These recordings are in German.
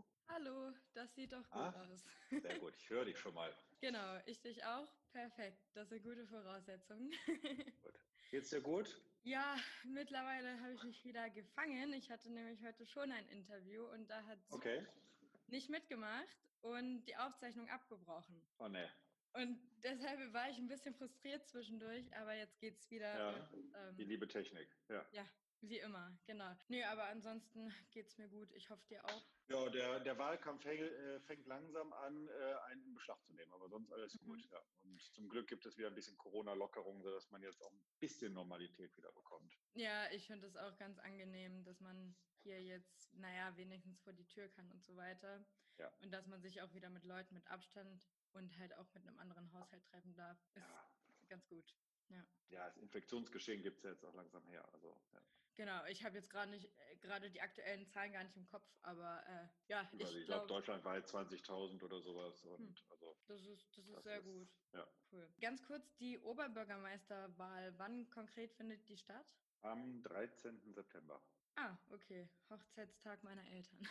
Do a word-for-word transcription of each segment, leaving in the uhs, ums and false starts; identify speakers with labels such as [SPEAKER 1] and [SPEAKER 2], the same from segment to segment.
[SPEAKER 1] Hallo, das sieht doch gut
[SPEAKER 2] Ah,
[SPEAKER 1] aus.
[SPEAKER 2] sehr gut. Ich höre dich schon mal.
[SPEAKER 1] Genau, ich dich auch. Perfekt. Das sind gute Voraussetzungen.
[SPEAKER 2] Gut. Geht's dir gut?
[SPEAKER 1] Ja, mittlerweile habe ich mich wieder gefangen. Ich hatte nämlich heute schon ein Interview und da hat Zoom
[SPEAKER 2] Okay.
[SPEAKER 1] nicht mitgemacht und die Aufzeichnung abgebrochen.
[SPEAKER 2] Oh ne.
[SPEAKER 1] Und deshalb war ich ein bisschen frustriert zwischendurch, aber jetzt geht's wieder und
[SPEAKER 2] Ja, die
[SPEAKER 1] ähm,
[SPEAKER 2] liebe Technik. Ja.
[SPEAKER 1] ja, wie immer, genau. Nö, aber ansonsten geht's mir gut. Ich hoffe dir auch.
[SPEAKER 2] Ja, der, der Wahlkampf fäng- äh, fängt langsam an, äh, einen in Beschlag zu nehmen, aber sonst alles gut.
[SPEAKER 1] Mhm.
[SPEAKER 2] Ja. Und zum Glück gibt es wieder ein bisschen Corona-Lockerung, sodass man jetzt auch ein bisschen Normalität wieder bekommt.
[SPEAKER 1] Ja, ich finde es auch ganz angenehm, dass man hier jetzt, naja, wenigstens vor die Tür kann und so weiter.
[SPEAKER 2] Ja.
[SPEAKER 1] Und dass man sich auch wieder mit Leuten mit Abstand und halt auch mit einem anderen Haushalt treffen darf, ist
[SPEAKER 2] Ja,
[SPEAKER 1] ganz gut. Ja,
[SPEAKER 2] ja, das Infektionsgeschehen gibt es ja jetzt auch langsam her. Also, ja.
[SPEAKER 1] genau. Ich habe jetzt gerade nicht, äh, gerade die aktuellen Zahlen gar nicht im Kopf, aber äh, ja,
[SPEAKER 2] Über,
[SPEAKER 1] ich
[SPEAKER 2] ich glaube,
[SPEAKER 1] glaube,
[SPEAKER 2] deutschlandweit zwanzigtausend oder sowas.
[SPEAKER 1] hm,
[SPEAKER 2] Und also,
[SPEAKER 1] das ist, das ist
[SPEAKER 2] das
[SPEAKER 1] sehr
[SPEAKER 2] ist,
[SPEAKER 1] gut.
[SPEAKER 2] ja.
[SPEAKER 1] Cool. Ganz kurz, die Oberbürgermeisterwahl, wann konkret findet die statt?
[SPEAKER 2] Am dreizehnten September.
[SPEAKER 1] Ah, okay. Hochzeitstag meiner Eltern.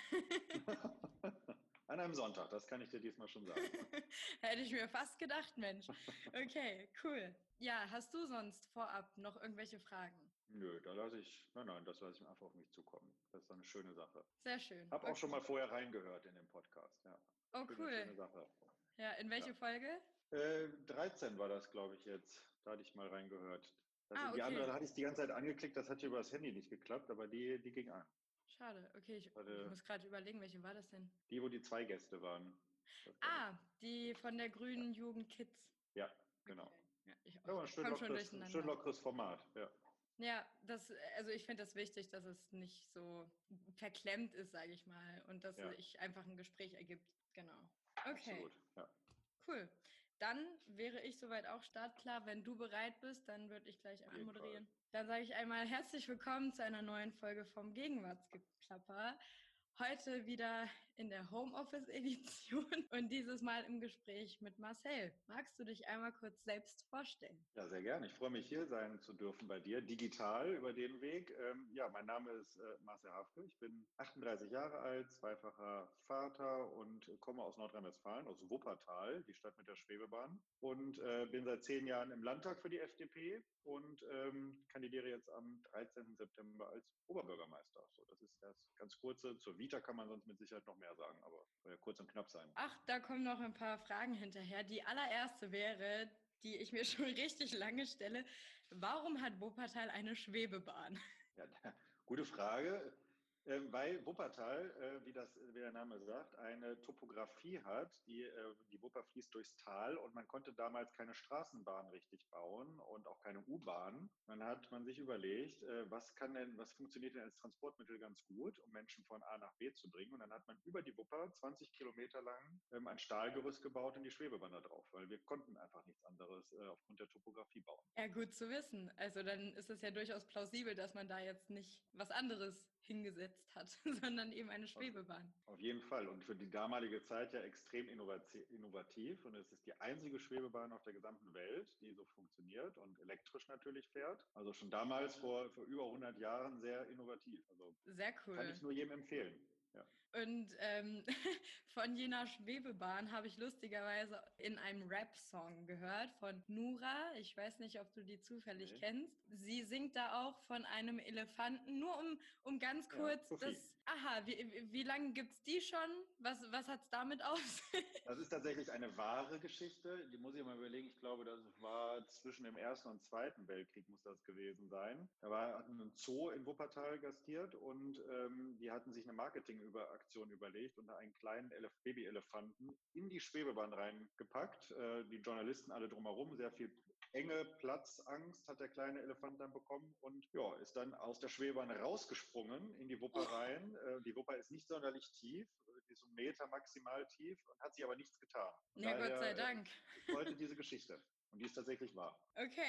[SPEAKER 2] An einem Sonntag, das kann ich dir diesmal schon sagen.
[SPEAKER 1] Hätte ich mir fast gedacht, Mensch. Okay, cool. Ja, hast du sonst vorab noch irgendwelche Fragen?
[SPEAKER 2] Nö, da lasse ich, nein, nein, das lasse ich einfach auf mich zukommen. Das ist eine schöne Sache.
[SPEAKER 1] Sehr schön.
[SPEAKER 2] Hab auch schon
[SPEAKER 1] Okay.
[SPEAKER 2] mal vorher reingehört in den Podcast, ja.
[SPEAKER 1] Oh,
[SPEAKER 2] Schöne,
[SPEAKER 1] cool.
[SPEAKER 2] schöne Sache.
[SPEAKER 1] Ja, in welche
[SPEAKER 2] Ja.
[SPEAKER 1] Folge?
[SPEAKER 2] Äh, dreizehn war das, glaube ich, jetzt. Da hatte ich mal reingehört. Das,
[SPEAKER 1] Ah,
[SPEAKER 2] die andere,
[SPEAKER 1] okay.
[SPEAKER 2] da hatte ich die ganze Zeit angeklickt, das hat hier über das Handy nicht geklappt, aber die, die ging an.
[SPEAKER 1] Schade. Okay, ich, ich
[SPEAKER 2] Hatte
[SPEAKER 1] muss gerade überlegen, welche war das denn?
[SPEAKER 2] die, wo die zwei Gäste waren. Das war das.
[SPEAKER 1] Ah, die von der
[SPEAKER 2] Ja,
[SPEAKER 1] Grünen Jugend Kids.
[SPEAKER 2] ja, genau.
[SPEAKER 1] Okay. Ja, ich,
[SPEAKER 2] Ja,
[SPEAKER 1] ach,
[SPEAKER 2] aber ein
[SPEAKER 1] ich
[SPEAKER 2] schön
[SPEAKER 1] komme schon
[SPEAKER 2] lockeres, schön
[SPEAKER 1] durcheinander.
[SPEAKER 2] lockeres Format, ja.
[SPEAKER 1] Ja, das, also ich finde das wichtig, dass es nicht so verklemmt ist, sage ich mal, und dass
[SPEAKER 2] Ja,
[SPEAKER 1] sich einfach ein Gespräch ergibt. Genau. Okay.
[SPEAKER 2] absolut. Ja,
[SPEAKER 1] Cool. Dann wäre ich soweit auch startklar. Wenn du bereit bist, dann würde ich gleich
[SPEAKER 2] auf jeden Fall.
[SPEAKER 1] anmoderieren. Dann sage ich einmal herzlich willkommen zu einer neuen Folge vom Gegenwartsgeplapper. Heute wieder in der Homeoffice-Edition und dieses Mal im Gespräch mit Marcel. Magst du dich einmal kurz selbst vorstellen?
[SPEAKER 2] Ja, sehr gerne. Ich freue mich, hier sein zu dürfen bei dir, digital über den Weg. Ähm, ja, mein Name ist äh, Marcel Hafke. Ich bin achtunddreißig Jahre alt, zweifacher Vater und komme aus Nordrhein-Westfalen, aus Wuppertal, die Stadt mit der Schwebebahn. Und äh, bin seit zehn Jahren im Landtag für die F D P und ähm, kandidiere jetzt am dreizehnten September als Oberbürgermeister. So, das ist das ganz kurze. Zur Vita kann man sonst mit Sicherheit noch mehr sagen, aber soll ja kurz und knapp sein.
[SPEAKER 1] Ach, da kommen noch ein paar Fragen hinterher. Die allererste wäre, die ich mir schon richtig lange stelle. Warum hat Wuppertal eine Schwebebahn?
[SPEAKER 2] Ja, gute Frage. Ähm, weil Wuppertal, äh, wie das, wie der Name sagt, eine Topografie hat. Die, äh, die Wupper fließt durchs Tal und man konnte damals keine Straßenbahn richtig bauen und auch keine U-Bahn. Dann hat man sich überlegt, äh, was kann denn, was funktioniert denn als Transportmittel ganz gut, um Menschen von A nach B zu bringen. Und dann hat man über die Wupper zwanzig Kilometer lang ähm, ein Stahlgerüst gebaut und die Schwebebahn da drauf, weil wir konnten einfach nichts anderes äh, aufgrund der Topografie bauen.
[SPEAKER 1] Ja, gut zu wissen. Also dann ist es ja durchaus plausibel, dass man da jetzt nicht was anderes hingesetzt hat, sondern eben eine
[SPEAKER 2] Auf,
[SPEAKER 1] Schwebebahn.
[SPEAKER 2] auf jeden Fall. Und für die damalige Zeit ja extrem innovativ. Und es ist die einzige Schwebebahn auf der gesamten Welt, die so funktioniert und elektrisch natürlich fährt. Also schon damals, vor, vor über hundert Jahren, sehr innovativ. Also
[SPEAKER 1] Sehr
[SPEAKER 2] kann ich
[SPEAKER 1] cool.
[SPEAKER 2] nur jedem empfehlen. Ja.
[SPEAKER 1] Und ähm, von jener Schwebebahn habe ich lustigerweise in einem Rap-Song gehört von Nura. Ich weiß nicht, ob du die zufällig
[SPEAKER 2] Nee.
[SPEAKER 1] kennst. Sie singt da auch von einem Elefanten. Nur um, um ganz
[SPEAKER 2] Ja,
[SPEAKER 1] kurz das...
[SPEAKER 2] Sophie.
[SPEAKER 1] Aha, wie, wie wie lange gibt's die schon? Was, was hat's damit auf sich?
[SPEAKER 2] Das ist tatsächlich eine wahre Geschichte. Die muss ich mal überlegen. Ich glaube, das war zwischen dem Ersten und Zweiten Weltkrieg muss das gewesen sein. Da war, hatten ein Zoo in Wuppertal gastiert und ähm, die hatten sich eine Marketingaktion überlegt und einen kleinen Elef Babyelefanten in die Schwebebahn reingepackt. Äh, die Journalisten alle drumherum, sehr viel enge Platzangst hat der kleine Elefant dann bekommen und ja, ist dann aus der Schwebebahn rausgesprungen in die Wupper rein. Äh, die Wupper ist nicht sonderlich tief, die ist so einen Meter maximal tief und hat sich aber nichts getan. Von
[SPEAKER 1] Ja, Gott sei
[SPEAKER 2] daher äh,
[SPEAKER 1] Dank.
[SPEAKER 2] bis heute diese Geschichte. Und die ist tatsächlich wahr.
[SPEAKER 1] Okay,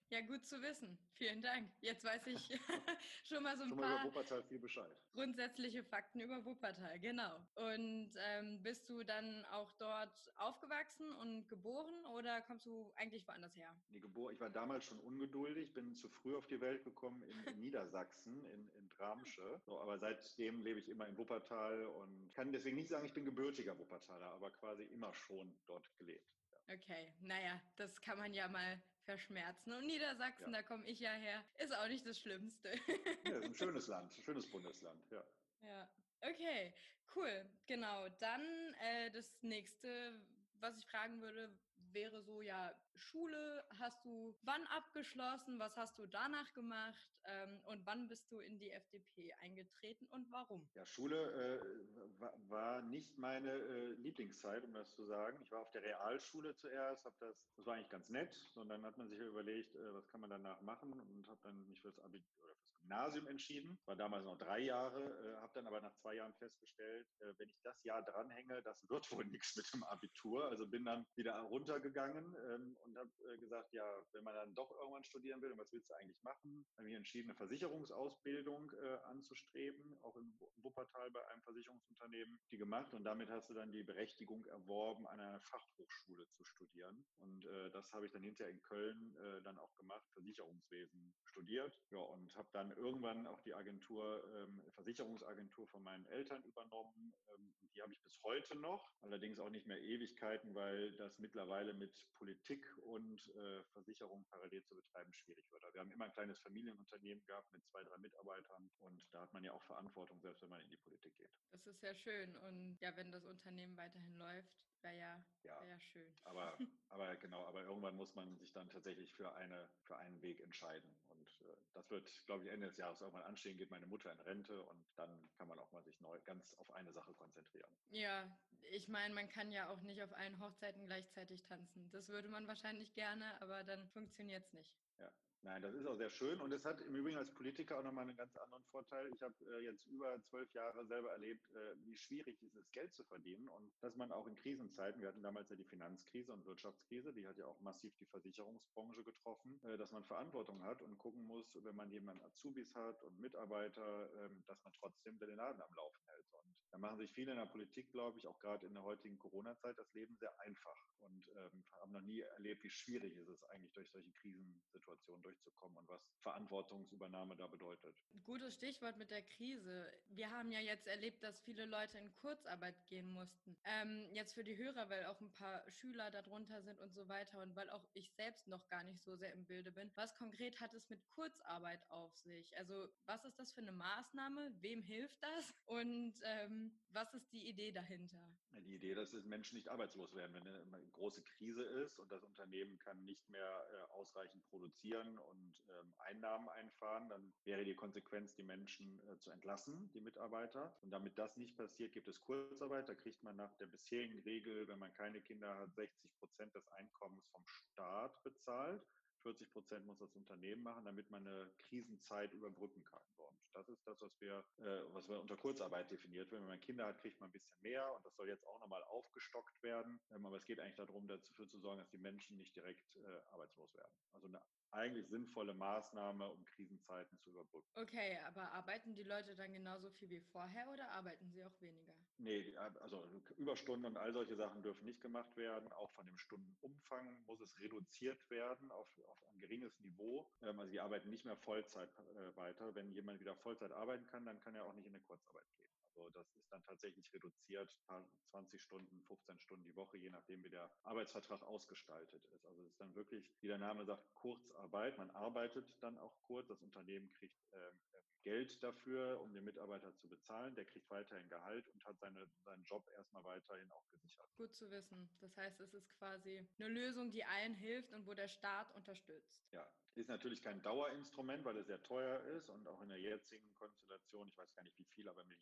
[SPEAKER 1] Ja, gut zu wissen. Vielen Dank. Jetzt weiß ich schon mal so ein
[SPEAKER 2] Schon mal über
[SPEAKER 1] paar
[SPEAKER 2] Wuppertal viel Bescheid.
[SPEAKER 1] grundsätzliche Fakten über Wuppertal, genau. Und ähm, bist du dann auch dort aufgewachsen und geboren oder kommst du eigentlich woanders her?
[SPEAKER 2] Die Geburt, ich war damals schon ungeduldig, bin zu früh auf die Welt gekommen in, in Niedersachsen, in, in Bramsche. So, aber seitdem lebe ich immer in Wuppertal und kann deswegen nicht sagen, ich bin gebürtiger Wuppertaler, aber quasi immer schon dort gelebt. Ja.
[SPEAKER 1] Okay, naja, das kann man ja mal verschmerzen. Und Niedersachsen,
[SPEAKER 2] Ja.
[SPEAKER 1] da komme ich ja her, ist auch nicht das Schlimmste.
[SPEAKER 2] Ja, ist ein schönes Land, ein schönes Bundesland, ja.
[SPEAKER 1] Ja, okay, cool. Genau, dann äh, das nächste, was ich fragen würde, wäre so, ja, Schule hast du wann abgeschlossen? Was hast du danach gemacht? Ähm, und wann bist du in die F D P eingetreten und warum?
[SPEAKER 2] Ja, Schule äh, war, war nicht meine äh, Lieblingszeit, um das zu sagen. Ich war auf der Realschule zuerst, habe das, das war eigentlich ganz nett. Und dann hat man sich überlegt, äh, was kann man danach machen und habe dann mich fürs Abi oder fürs Gymnasium entschieden. War damals noch drei Jahre, äh, habe dann aber nach zwei Jahren festgestellt, äh, wenn ich das Jahr dranhänge, das wird wohl nichts mit dem Abitur. Also bin dann wieder runtergegangen ähm, und habe äh, gesagt, ja, wenn man dann doch irgendwann studieren will, und was willst du eigentlich machen? Habe mich entschieden, eine Versicherungsausbildung äh, anzustreben, auch in Wuppertal bei einem Versicherungsunternehmen die gemacht und damit hast du dann die Berechtigung erworben, an einer Fachhochschule zu studieren. Und äh, das habe ich dann hinterher in Köln äh, dann auch gemacht, Versicherungswesen studiert. Ja, und habe dann irgendwann auch die Agentur, ähm, Versicherungsagentur von meinen Eltern übernommen. Ähm, die habe ich bis heute noch, allerdings auch nicht mehr Ewigkeiten, weil das mittlerweile mit Politik und äh, Versicherung parallel zu betreiben schwierig wird. Also wir haben immer ein kleines Familienunternehmen gehabt mit zwei, drei Mitarbeitern und da hat man ja auch Verantwortung, selbst wenn man in die Politik geht.
[SPEAKER 1] Das ist ja schön. Und ja, wenn das Unternehmen weiterhin läuft, wäre ja, wär
[SPEAKER 2] Ja,
[SPEAKER 1] ja schön.
[SPEAKER 2] aber, aber genau, aber irgendwann muss man sich dann tatsächlich für, eine, für einen Weg entscheiden. Und äh, das wird, glaube ich, Ende des Jahres irgendwann anstehen, geht meine Mutter in Rente und dann kann man auch mal sich neu ganz auf eine Sache konzentrieren.
[SPEAKER 1] Ja, ich meine, man kann ja auch nicht auf allen Hochzeiten gleichzeitig tanzen. Das würde man wahrscheinlich gerne, aber dann funktioniert es nicht.
[SPEAKER 2] Ja. Nein, das ist auch sehr schön und es hat im Übrigen als Politiker auch nochmal einen ganz anderen Vorteil. Ich habe äh, jetzt über zwölf Jahre selber erlebt, äh, wie schwierig es ist, Geld zu verdienen und dass man auch in Krisenzeiten, wir hatten damals ja die Finanzkrise und Wirtschaftskrise, die hat ja auch massiv die Versicherungsbranche getroffen, äh, dass man Verantwortung hat und gucken muss, wenn man jemanden Azubis hat und Mitarbeiter, äh, dass man trotzdem den Laden am Laufen hält. Und da machen sich viele in der Politik, glaube ich, auch gerade in der heutigen Corona-Zeit das Leben sehr einfach und ähm, haben noch nie erlebt, wie schwierig ist es eigentlich durch solche Krisensituationen durchzukommen und was Verantwortungsübernahme da bedeutet.
[SPEAKER 1] Gutes Stichwort mit der Krise. Wir haben ja jetzt erlebt, dass viele Leute in Kurzarbeit gehen mussten. Ähm, jetzt für die Hörer, weil auch ein paar Schüler darunter sind und so weiter und weil auch ich selbst noch gar nicht so sehr im Bilde bin. Was konkret hat es mit Kurzarbeit auf sich? Also was ist das für eine Maßnahme? Wem hilft das? Und ähm, was ist die Idee dahinter?
[SPEAKER 2] Die Idee, dass Menschen nicht arbeitslos werden, wenn eine große Krise ist und das Unternehmen kann nicht mehr äh, ausreichend produzieren und ähm, Einnahmen einfahren, dann wäre die Konsequenz, die Menschen äh, zu entlassen, die Mitarbeiter. Und damit das nicht passiert, gibt es Kurzarbeit. Da kriegt man nach der bisherigen Regel, wenn man keine Kinder hat, sechzig Prozent des Einkommens vom Staat bezahlt. vierzig Prozent muss das Unternehmen machen, damit man eine Krisenzeit überbrücken kann. Und das ist das, was wir, äh, was wir unter Kurzarbeit definiert. Wenn man Kinder hat, kriegt man ein bisschen mehr und das soll jetzt auch nochmal aufgestockt werden. Ähm, aber es geht eigentlich darum, dafür zu sorgen, dass die Menschen nicht direkt äh, arbeitslos werden. Also eine eigentlich sinnvolle Maßnahme, um Krisenzeiten zu überbrücken.
[SPEAKER 1] Okay, aber arbeiten die Leute dann genauso viel wie vorher oder arbeiten sie auch weniger?
[SPEAKER 2] Nee, also Überstunden und all solche Sachen dürfen nicht gemacht werden. Auch von dem Stundenumfang muss es reduziert werden auf, auf ein geringes Niveau. Ähm, also die arbeiten nicht mehr Vollzeit äh, weiter. Wenn jemand wieder Vollzeit arbeiten kann, dann kann er auch nicht in eine Kurzarbeit gehen. Also das ist dann tatsächlich reduziert, zwanzig Stunden, fünfzehn Stunden die Woche, je nachdem, wie der Arbeitsvertrag ausgestaltet ist. Also es ist dann wirklich, wie der Name sagt, Kurzarbeit. Man arbeitet dann auch kurz. Das Unternehmen kriegt ähm, Geld dafür, um den Mitarbeiter zu bezahlen. Der kriegt weiterhin Gehalt und hat seine, seinen Job erstmal weiterhin auch gesichert.
[SPEAKER 1] Gut zu wissen. Das heißt, es ist quasi eine Lösung, die allen hilft und wo der Staat unterstützt.
[SPEAKER 2] Ja, ist natürlich kein Dauerinstrument, weil es sehr teuer ist und auch in der jetzigen Konstellation, ich weiß gar nicht wie viel, aber Milliarden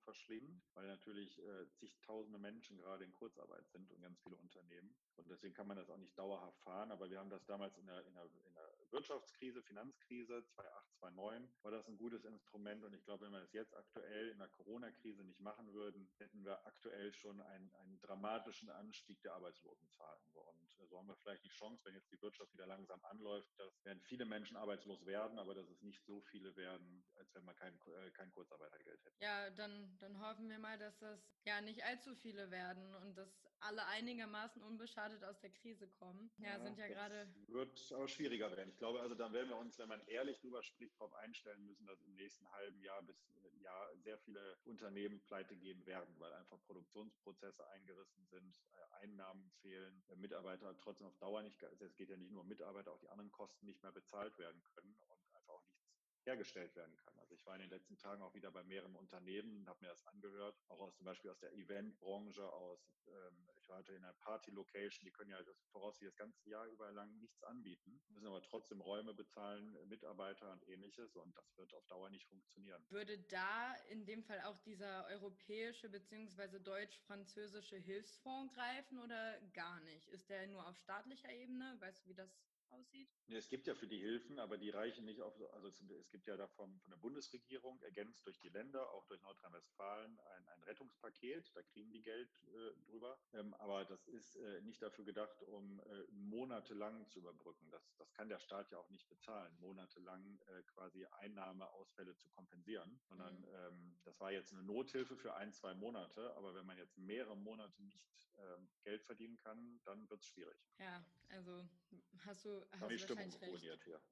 [SPEAKER 2] verschlingen, weil natürlich äh, zigtausende Menschen gerade in Kurzarbeit sind und ganz viele Unternehmen. Und deswegen kann man das auch nicht dauerhaft fahren. Aber wir haben das damals in der, in der, in der Wirtschaftskrise, Finanzkrise zweitausendacht, zweitausendneun, war das ein gutes Instrument. Und ich glaube, wenn wir das jetzt aktuell in der Corona-Krise nicht machen würden, hätten wir aktuell schon einen, einen dramatischen Anstieg der Arbeitslosenzahlen. Und so haben wir vielleicht die Chance, wenn jetzt die Wirtschaft wieder langsam anläuft, dass werden viele Menschen arbeitslos werden, aber dass es nicht so viele werden, als wenn man kein, äh, kein Kurzarbeitergeld hätte.
[SPEAKER 1] Ja, dann, dann hoffen wir mal, dass das ja nicht allzu viele werden und dass alle einigermaßen unbeschadet aus der Krise kommen. Ja,
[SPEAKER 2] Ja,
[SPEAKER 1] sind ja
[SPEAKER 2] das
[SPEAKER 1] gerade.
[SPEAKER 2] wird aber schwieriger werden. Ich glaube, also da werden wir uns, wenn man ehrlich drüber spricht, darauf einstellen müssen, dass im nächsten halben Jahr bis Jahr sehr viele Unternehmen pleite gehen werden, weil einfach Produktionsprozesse eingerissen sind, Einnahmen fehlen, Mitarbeiter trotzdem auf Dauer nicht, es geht ja nicht nur um Mitarbeiter, auch die anderen Kosten nicht mehr bezahlt werden können und einfach auch nichts hergestellt werden kann. Also ich war in den letzten Tagen auch wieder bei mehreren Unternehmen und habe mir das angehört, auch aus zum Beispiel aus der Eventbranche, aus ähm, ich war heute in einer Party-Location, die können ja das voraussichtlich das ganze Jahr über lang nichts anbieten, müssen aber trotzdem Räume bezahlen, Mitarbeiter und ähnliches und das wird auf Dauer nicht funktionieren.
[SPEAKER 1] Würde da in dem Fall auch dieser europäische bzw. deutsch-französische Hilfsfonds greifen oder gar nicht? Ist der nur auf staatlicher Ebene? Weißt du, wie das aussieht?
[SPEAKER 2] Es gibt ja für die Hilfen, aber die reichen nicht auf, also es, es gibt ja davon von der Bundesregierung, ergänzt durch die Länder, auch durch Nordrhein-Westfalen, ein, ein Rettungspaket, da kriegen die Geld äh, drüber. Ähm, aber das ist äh, nicht dafür gedacht, um äh, monatelang zu überbrücken. Das, das kann der Staat ja auch nicht bezahlen, monatelang äh, quasi Einnahmeausfälle zu kompensieren, sondern
[SPEAKER 1] Mhm.
[SPEAKER 2] ähm, das war jetzt eine Nothilfe für ein, zwei Monate, aber wenn man jetzt mehrere Monate nicht ähm, Geld verdienen kann, dann wird es schwierig.
[SPEAKER 1] Ja, also hast du,
[SPEAKER 2] Haben
[SPEAKER 1] hast
[SPEAKER 2] die
[SPEAKER 1] du
[SPEAKER 2] Stimmung
[SPEAKER 1] wahrscheinlich recht.
[SPEAKER 2] ruiniert hier.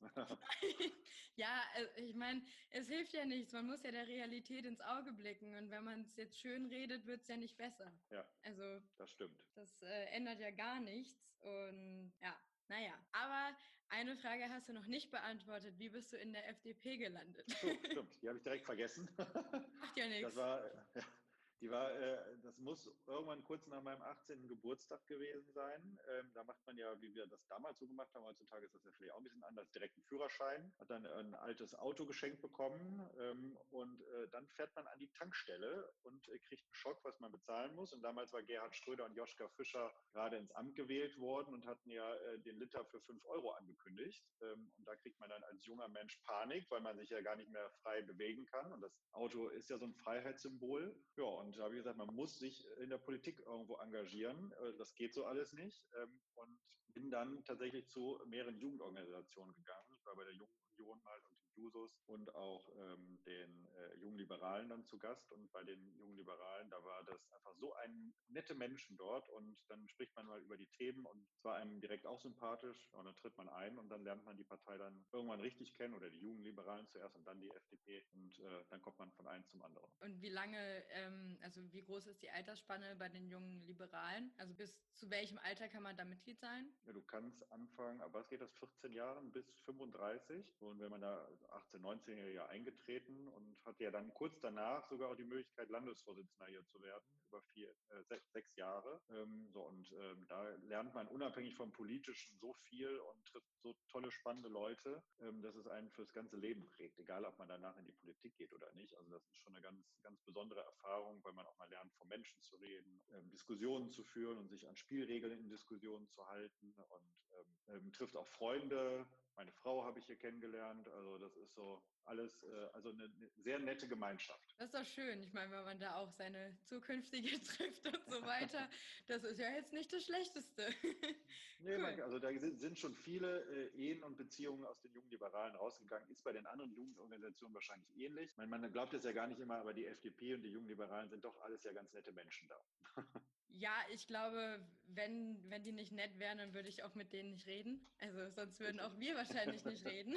[SPEAKER 1] Ja, also ich meine, es hilft ja nichts. Man muss ja der Realität ins Auge blicken. Und wenn man es jetzt schön redet, wird es ja nicht besser.
[SPEAKER 2] Ja,
[SPEAKER 1] Also
[SPEAKER 2] das stimmt.
[SPEAKER 1] das äh, ändert ja gar nichts. Und ja, naja. Aber eine Frage hast du noch nicht beantwortet. Wie bist du in der F D P gelandet?
[SPEAKER 2] Ach so, stimmt. Die habe ich direkt vergessen.
[SPEAKER 1] Macht ja
[SPEAKER 2] Das
[SPEAKER 1] nichts.
[SPEAKER 2] war, die war, äh, das muss irgendwann kurz nach meinem achtzehnten Geburtstag gewesen sein. Ähm, da macht man ja, wie wir das damals so gemacht haben, heutzutage ist das ja vielleicht auch ein bisschen anders, direkt einen Führerschein, hat dann ein altes Auto geschenkt bekommen ähm, und äh, dann fährt man an die Tankstelle und äh, kriegt einen Schock, was man bezahlen muss. Und damals war Gerhard Schröder und Joschka Fischer gerade ins Amt gewählt worden und hatten ja äh, den Liter für fünf Euro angekündigt. Ähm, und da kriegt man dann als junger Mensch Panik, weil man sich ja gar nicht mehr frei bewegen kann. Und das Auto ist ja so ein Freiheitssymbol. Ja, und da habe ich gesagt, man muss sich in der Politik irgendwo engagieren. Das geht so alles nicht. Und bin dann tatsächlich zu mehreren Jugendorganisationen gegangen. Ich war bei der Jugendunion mal und den Jusos und auch ähm, den äh, Jungen Liberalen dann zu Gast. Und bei den Jungen Liberalen, da war das einfach so ein nette Menschen dort. Und dann spricht man mal über die Themen und es war einem direkt auch sympathisch. Und dann tritt man ein und dann lernt man die Partei dann irgendwann richtig kennen oder die Jungen Liberalen zuerst und dann die F D P. Und äh, dann kommt man von einem zum anderen.
[SPEAKER 1] Und wie lange, ähm, also wie groß ist die Altersspanne bei den jungen Liberalen? Also bis zu welchem Alter kann man da Mitglied sein?
[SPEAKER 2] Ja, du kannst anfangen, aber was geht das, vierzehn Jahren bis fünfunddreißig? Und wenn man da achtzehn, neunzehn Jahre eingetreten und hatte ja dann kurz danach sogar auch die Möglichkeit, Landesvorsitzender hier zu werden, über vier, äh, sechs, sechs Jahre. Ähm, so, und ähm, da lernt man unabhängig vom Politischen so viel und trifft so tolle, spannende Leute, ähm, dass es einen fürs ganze Leben prägt, egal ob man danach in die Politik geht oder nicht. Also das ist schon eine ganz, ganz besondere Erfahrung, weil man auch mal lernt, von Menschen zu reden, ähm, Diskussionen zu führen und sich an Spielregeln in Diskussionen zu halten und ähm, ähm, trifft auch Freunde. Meine Frau habe ich hier kennengelernt. Also das ist so alles, äh, also eine, eine sehr nette Gemeinschaft.
[SPEAKER 1] Das ist doch schön. Ich meine, wenn man da auch seine zukünftige trifft und so weiter, das ist ja jetzt nicht das Schlechteste.
[SPEAKER 2] Nee, man,
[SPEAKER 1] Cool.
[SPEAKER 2] also da sind, sind schon viele äh, Ehen und Beziehungen aus den jungen Liberalen rausgegangen. Ist bei den anderen Jugendorganisationen wahrscheinlich ähnlich. Ich meine, man glaubt es ja gar nicht immer, aber die F D P und die jungen Liberalen sind doch alles ja ganz nette Menschen da.
[SPEAKER 1] Ja, ich glaube, wenn, wenn die nicht nett wären, dann würde ich auch mit denen nicht reden. Also sonst würden
[SPEAKER 2] Richtig.
[SPEAKER 1] auch wir wahrscheinlich nicht reden.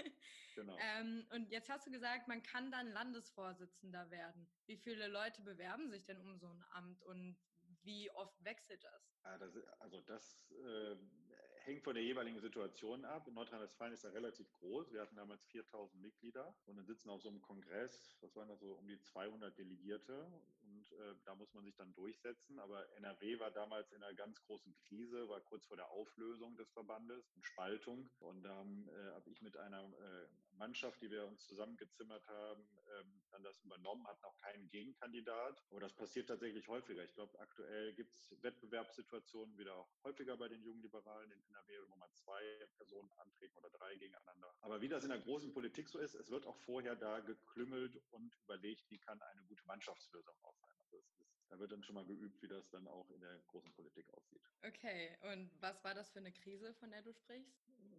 [SPEAKER 2] Genau.
[SPEAKER 1] ähm, und jetzt hast du gesagt, man kann dann Landesvorsitzender werden. Wie viele Leute bewerben sich denn um so ein Amt und wie oft wechselt das?
[SPEAKER 2] Ja, das, also das äh, hängt von der jeweiligen Situation ab. In Nordrhein-Westfalen ist er relativ groß. Wir hatten damals viertausend Mitglieder und dann sitzen auf so einem Kongress, das waren da so um die zweihundert Delegierte und äh, da muss man sich dann durchsetzen. Aber N R W war damals in einer ganz großen Krise, war kurz vor der Auflösung des Verbandes und Spaltung. Und da ähm, äh, habe ich mit einer äh, Mannschaft, die wir uns zusammengezimmert haben, ähm, dann das übernommen, hatten auch keinen Gegenkandidat. Aber das passiert tatsächlich häufiger. Ich glaube, aktuell gibt es Wettbewerbssituationen wieder auch häufiger bei den jungen Liberalen in N R W, wo man zwei Personen antreten oder drei gegeneinander. Aber wie das in der großen Politik so ist, es wird auch vorher da geklüngelt und überlegt, wie kann eine gute Mannschaftslösung auch sein. Also es ist, da wird dann schon mal geübt, wie das dann auch in der großen Politik aussieht.
[SPEAKER 1] Okay, und was war das für eine Krise, von der du sprichst?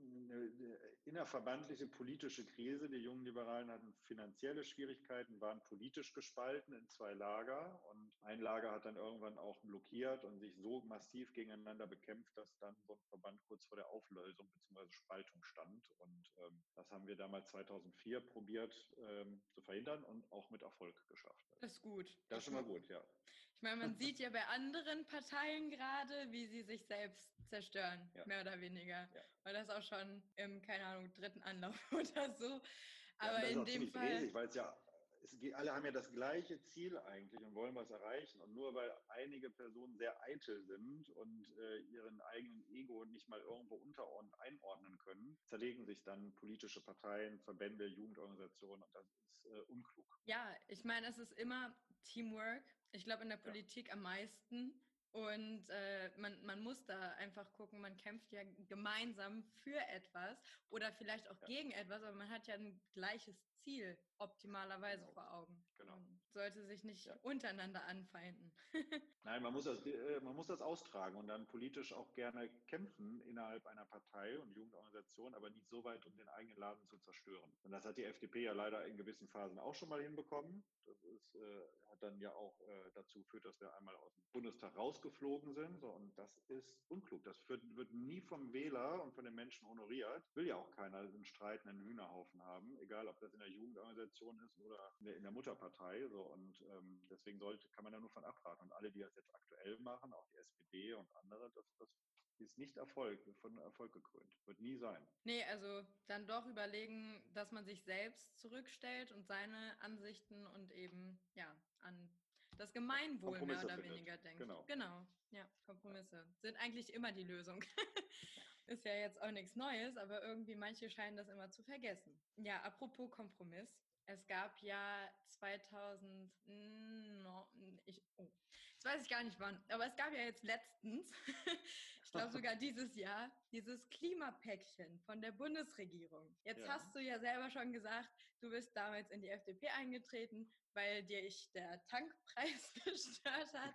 [SPEAKER 2] Eine innerverbandliche politische Krise. Die jungen Liberalen hatten finanzielle Schwierigkeiten, waren politisch gespalten in zwei Lager. Und ein Lager hat dann irgendwann auch blockiert und sich so massiv gegeneinander bekämpft, dass dann so ein Verband kurz vor der Auflösung bzw. Spaltung stand. Und ähm, das haben wir damals zweitausendvier probiert ähm, zu verhindern und auch mit Erfolg geschafft.
[SPEAKER 1] Das ist gut.
[SPEAKER 2] Das ist schon mal gut, ja.
[SPEAKER 1] Ich meine, man sieht ja bei anderen Parteien gerade, wie sie sich selbst zerstören, ja. mehr oder weniger. Ja. Weil das auch schon im, keine Ahnung, dritten Anlauf oder so. Aber
[SPEAKER 2] ja, das
[SPEAKER 1] in
[SPEAKER 2] ist auch
[SPEAKER 1] dem
[SPEAKER 2] ziemlich
[SPEAKER 1] Fall.
[SPEAKER 2] Bräsig, weil es ja, es, alle haben ja das gleiche Ziel eigentlich und wollen was erreichen. Und nur weil einige Personen sehr eitel sind und äh, ihren eigenen Ego nicht mal irgendwo unter- und einordnen können, zerlegen sich dann politische Parteien, Verbände, Jugendorganisationen und das ist äh, unklug.
[SPEAKER 1] Ja, ich meine, es ist immer Teamwork. Ich glaube, in der Politik ja. am meisten. Und äh, man, man muss da einfach gucken, man kämpft ja gemeinsam für etwas oder vielleicht auch ja. gegen etwas, aber man hat ja ein gleiches Ziel optimalerweise
[SPEAKER 2] genau.
[SPEAKER 1] vor Augen.
[SPEAKER 2] Genau.
[SPEAKER 1] Man sollte sich nicht
[SPEAKER 2] ja.
[SPEAKER 1] untereinander anfeinden.
[SPEAKER 2] Nein, man muss, das, man muss das austragen und dann politisch auch gerne kämpfen innerhalb einer Partei und Jugendorganisation, aber nicht so weit, um den eigenen Laden zu zerstören. Und das hat die F D P ja leider in gewissen Phasen auch schon mal hinbekommen. Das ist, äh, hat dann ja auch äh, dazu geführt, dass wir einmal aus dem Bundestag rausgeflogen sind. So, und das ist unklug. Das wird, wird nie vom Wähler und von den Menschen honoriert. Will ja auch keiner einen streitenden Hühnerhaufen haben, egal ob das in der Jugendorganisation ist oder in der, in der Mutterpartei. So, und ähm, deswegen sollte, kann man da nur von abraten. Und alle, die das jetzt aktuell machen, auch die S P D und andere, das, das ist nicht Erfolg, von Erfolg gekrönt. Wird nie sein.
[SPEAKER 1] Nee, also dann doch überlegen, dass man sich selbst zurückstellt und seine Ansichten und eben ja an das Gemeinwohl mehr oder
[SPEAKER 2] findet.
[SPEAKER 1] weniger denkt.
[SPEAKER 2] Genau.
[SPEAKER 1] Genau, ja, Kompromisse ja. sind eigentlich immer die Lösung. Ist ja jetzt auch nichts Neues, aber irgendwie manche scheinen das immer zu vergessen. Ja, apropos Kompromiss. Es gab ja zweitausend, no, ich, oh, das weiß ich gar nicht wann, aber es gab ja jetzt letztens, ich glaube sogar dieses Jahr, dieses Klimapäckchen von der Bundesregierung. Jetzt ja. hast du ja selber schon gesagt, du bist damals in die F D P eingetreten, weil dir ich der Tankpreis gestört hat.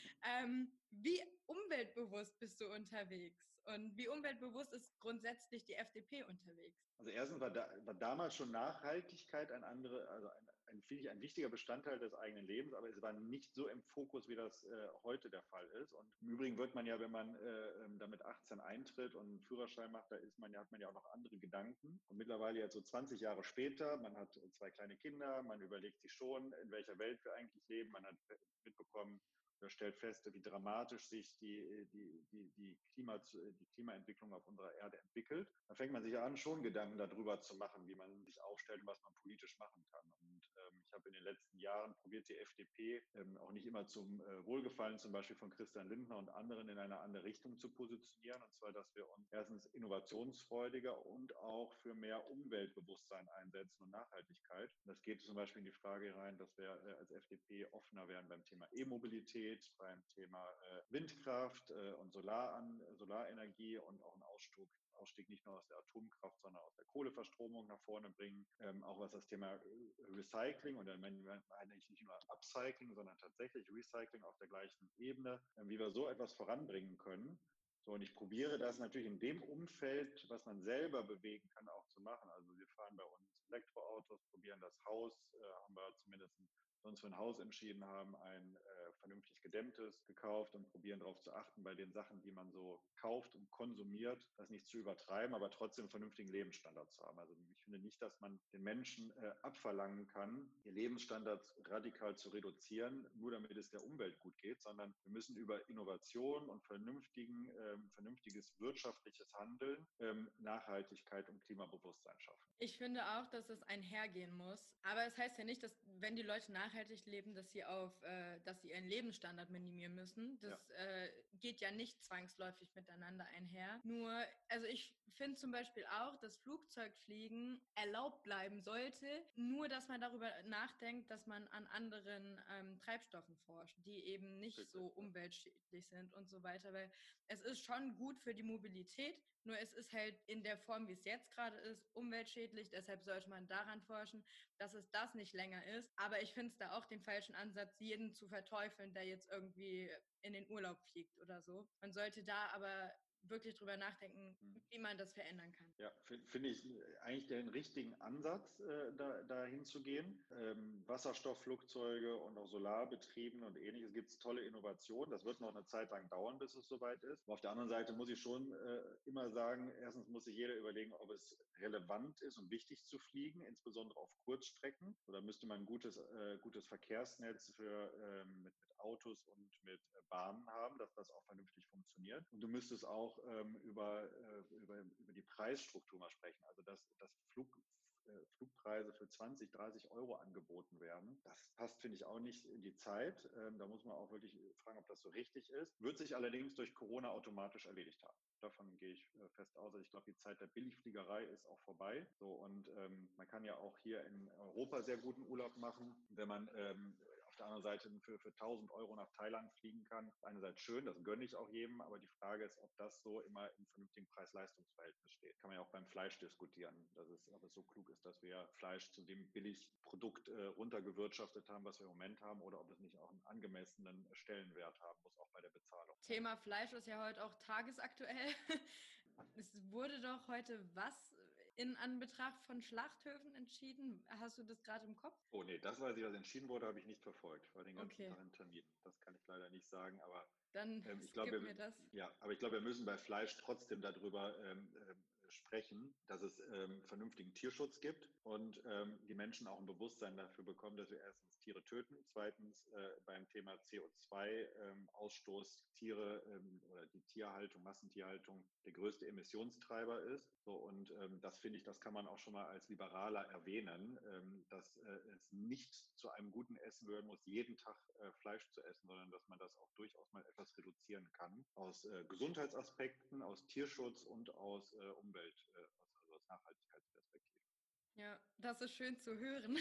[SPEAKER 1] ähm, wie umweltbewusst bist du unterwegs? Und wie umweltbewusst ist grundsätzlich die F D P unterwegs?
[SPEAKER 2] Also erstens war, da, war damals schon Nachhaltigkeit ein andere, also ein, ein, finde ich, ein wichtiger Bestandteil des eigenen Lebens, aber es war nicht so im Fokus, wie das äh, heute der Fall ist. Und im Übrigen wird man ja, wenn man äh, damit achtzehn eintritt und einen Führerschein macht, da ist man ja, hat man ja auch noch andere Gedanken. Und mittlerweile jetzt so zwanzig Jahre später, man hat zwei kleine Kinder, man überlegt sich schon, in welcher Welt wir eigentlich leben. Man hat mitbekommen, oder stellt fest, wie dramatisch sich die, die, die, die, Klima, die Klimaentwicklung auf unserer Erde entwickelt. Da fängt man sich an, schon Gedanken darüber zu machen, wie man sich aufstellt und was man politisch machen kann. Und ähm, ich habe in den letzten Jahren probiert, die F D P ähm, auch nicht immer zum äh, Wohlgefallen zum Beispiel von Christian Lindner und anderen in eine andere Richtung zu positionieren. Und zwar, dass wir uns erstens innovationsfreudiger und auch für mehr Umweltbewusstsein einsetzen und Nachhaltigkeit. Und das geht zum Beispiel in die Frage rein, dass wir äh, als F D P offener werden beim Thema E-Mobilität, beim Thema äh, Windkraft äh, und Solar an, Solarenergie und auch einen Ausstieg, Ausstieg nicht nur aus der Atomkraft, sondern aus der Kohleverstromung nach vorne bringen. Ähm, auch was das Thema Recycling und dann meine ich nicht nur Upcycling, sondern tatsächlich Recycling auf der gleichen Ebene, äh, wie wir so etwas voranbringen können. So, und ich probiere das natürlich in dem Umfeld, was man selber bewegen kann, auch zu machen. Also wir fahren bei uns Elektroautos, probieren das Haus, äh, haben wir zumindest ein sonst für ein Haus entschieden haben, ein äh, vernünftig gedämmtes gekauft und probieren darauf zu achten, bei den Sachen, die man so kauft und konsumiert, das nicht zu übertreiben, aber trotzdem einen vernünftigen Lebensstandard zu haben. Also ich finde nicht, dass man den Menschen äh, abverlangen kann, ihr Lebensstandard radikal zu reduzieren, nur damit es der Umwelt gut geht, sondern wir müssen über Innovation und vernünftigen, ähm, vernünftiges wirtschaftliches Handeln ähm, Nachhaltigkeit und Klimabewusstsein schaffen.
[SPEAKER 1] Ich finde auch, dass es einhergehen muss. Aber es heißt ja nicht, dass wenn die Leute nachhaltig leben, dass sie auf, äh, dass sie ihren Lebensstandard Lebensstandard minimieren müssen. Das ja. äh, geht ja nicht zwangsläufig miteinander einher. Nur, also ich finde zum Beispiel auch, dass Flugzeugfliegen erlaubt bleiben sollte, nur dass man darüber nachdenkt, dass man an anderen ähm, Treibstoffen forscht, die eben nicht Bitte, so umweltschädlich sind und so weiter, weil es ist schon gut für die Mobilität, nur es ist halt in der Form, wie es jetzt gerade ist, umweltschädlich, deshalb sollte man daran forschen, dass es das nicht länger ist. Aber ich finde es da auch den falschen Ansatz, jeden zu verteufeln, der jetzt irgendwie in den Urlaub fliegt oder so. Man sollte da aber wirklich drüber nachdenken, wie man das verändern kann.
[SPEAKER 2] Ja, finde find ich eigentlich den richtigen Ansatz, äh, da, dahin zu gehen. Ähm, Wasserstoffflugzeuge und auch Solarbetrieben und ähnliches gibt es tolle Innovationen. Das wird noch eine Zeit lang dauern, bis es soweit ist. Aber auf der anderen Seite muss ich schon äh, immer sagen, erstens muss sich jeder überlegen, ob es relevant ist und wichtig zu fliegen, insbesondere auf Kurzstrecken. Oder müsste man ein gutes, äh, gutes Verkehrsnetz für, ähm, mit, mit Autos und mit äh, Bahnen haben, dass das auch vernünftig funktioniert. Und du müsstest auch ähm, über, äh, über, über die Preisstruktur mal sprechen. Also dass, dass Flug, äh, Flugpreise für zwanzig, dreißig Euro angeboten werden. Das passt, finde ich, auch nicht in die Zeit. Ähm, da muss man auch wirklich fragen, ob das so richtig ist. Wird sich allerdings durch Corona automatisch erledigt haben. Davon gehe ich äh, fest aus. Also ich glaube, die Zeit der Billigfliegerei ist auch vorbei. So, und ähm, man kann ja auch hier in Europa sehr guten Urlaub machen, wenn man ähm, auf der anderen Seite für, für tausend Euro nach Thailand fliegen kann. Einerseits schön, das gönne ich auch jedem, aber die Frage ist, ob das so immer im vernünftigen Preis-Leistungs-Verhältnis steht. Kann man ja auch beim Fleisch diskutieren, dass es, ob es so klug ist, dass wir Fleisch zu dem Billigprodukt äh, runtergewirtschaftet haben, was wir im Moment haben, oder ob es nicht auch einen angemessenen Stellenwert haben muss, auch bei der Bezahlung.
[SPEAKER 1] Thema Fleisch ist ja heute auch tagesaktuell. Es wurde doch heute was in Anbetracht von Schlachthöfen entschieden? Hast du das gerade im Kopf?
[SPEAKER 2] Oh nee, das weiß ich, was entschieden wurde, habe ich nicht verfolgt. Ich war den ganzen
[SPEAKER 1] Okay.
[SPEAKER 2] Tag in Termin. Das kann ich leider nicht sagen, aber
[SPEAKER 1] dann
[SPEAKER 2] ähm, ich
[SPEAKER 1] skip
[SPEAKER 2] glaube,
[SPEAKER 1] mir das.
[SPEAKER 2] Ja, aber ich glaube, wir müssen bei Fleisch trotzdem darüber ähm, äh, sprechen, dass es ähm, vernünftigen Tierschutz gibt und ähm, die Menschen auch ein Bewusstsein dafür bekommen, dass wir erstens Tiere töten, zweitens äh, beim Thema C O zwei Ausstoß Tiere ähm, oder die Tierhaltung, Massentierhaltung der größte Emissionstreiber ist. So, und ähm, das finde ich, das kann man auch schon mal als Liberaler erwähnen, ähm, dass äh, es nicht zu einem guten Essen gehören muss, jeden Tag äh, Fleisch zu essen, sondern dass man das auch durchaus mal etwas reduzieren kann. Aus äh, Gesundheitsaspekten, aus Tierschutz und aus äh, Umwelt, äh, also aus Nachhaltigkeitsperspektive.
[SPEAKER 1] Ja, das ist schön zu hören,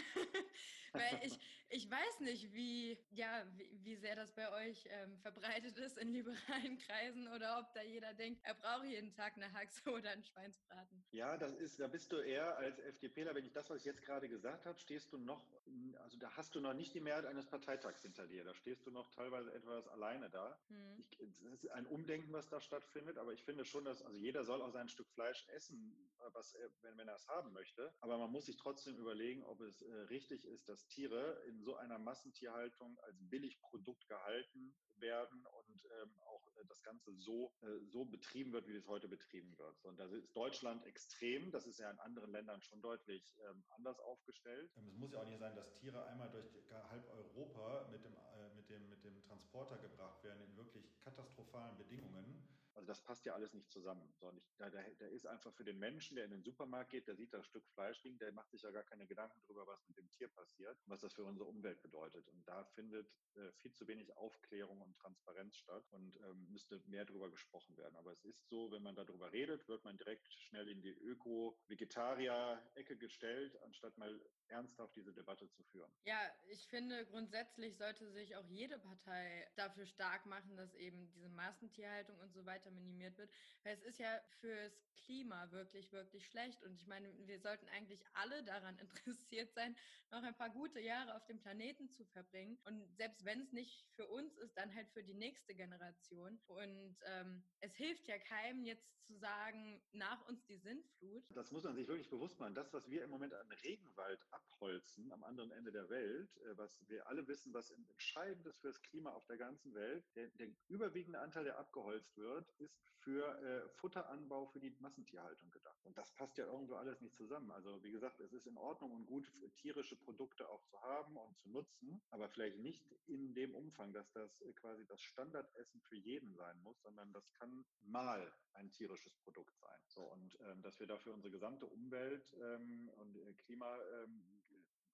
[SPEAKER 1] weil ich, ich weiß nicht, wie, ja, wie, wie sehr das bei euch ähm, verbreitet ist in liberalen Kreisen oder ob da jeder denkt, er braucht jeden Tag eine Haxe oder einen Schweinsbraten.
[SPEAKER 2] Ja, das ist, da bist du eher als FDPler, wenn ich das, was ich jetzt gerade gesagt habe, stehst du noch, also da hast du noch nicht die Mehrheit eines Parteitags hinter dir, da stehst du noch teilweise etwas alleine da. Hm. Ich, es ist ein Umdenken, was da stattfindet, aber ich finde schon, dass, also jeder soll auch sein Stück Fleisch essen, was er, wenn, wenn er es haben möchte, aber man muss sich trotzdem überlegen, ob es äh, richtig ist, dass Tiere in so einer Massentierhaltung als Billigprodukt gehalten werden und ähm, auch äh, das Ganze so, äh, so betrieben wird, wie es heute betrieben wird. Und da ist Deutschland extrem, das ist ja in anderen Ländern schon deutlich ähm, anders aufgestellt.
[SPEAKER 3] Es muss ja auch nicht sein, dass Tiere einmal durch halb Europa mit dem, äh, mit dem, mit dem Transporter gebracht werden in wirklich katastrophalen Bedingungen.
[SPEAKER 2] Also das passt ja alles nicht zusammen. Sondern ich, da, da, da ist einfach für den Menschen, der in den Supermarkt geht, der sieht das Stück Fleisch liegen, der macht sich ja gar keine Gedanken darüber, was mit dem Tier passiert, was das für unsere Umwelt bedeutet. Und da findet äh, viel zu wenig Aufklärung und Transparenz statt und ähm, müsste mehr darüber gesprochen werden. Aber es ist so, wenn man darüber redet, wird man direkt schnell in die Öko-Vegetarier-Ecke gestellt, anstatt mal ernsthaft diese Debatte zu führen.
[SPEAKER 1] Ja, ich finde, grundsätzlich sollte sich auch jede Partei dafür stark machen, dass eben diese Massentierhaltung und so weiter minimiert wird. Weil es ist ja fürs Klima wirklich, wirklich schlecht. Und ich meine, wir sollten eigentlich alle daran interessiert sein, noch ein paar gute Jahre auf dem Planeten zu verbringen. Und selbst wenn es nicht für uns ist, dann halt für die nächste Generation. Und ähm, es hilft ja keinem jetzt zu sagen, nach uns die Sintflut.
[SPEAKER 2] Das muss man sich wirklich bewusst machen. Das, was wir im Moment an Regenwald abholzen am anderen Ende der Welt, was wir alle wissen, was entscheidend ist für das Klima auf der ganzen Welt, der, der überwiegende Anteil, der abgeholzt wird, ist für äh, Futteranbau für die Massentierhaltung gedacht. Und das passt ja irgendwo alles nicht zusammen. Also wie gesagt, es ist in Ordnung und gut, tierische Produkte auch zu haben und zu nutzen, aber vielleicht nicht in dem Umfang, dass das quasi das Standardessen für jeden sein muss, sondern das kann mal ein tierisches Produkt sein. So, und ähm, dass wir dafür unsere gesamte Umwelt ähm, und äh, Klima ähm,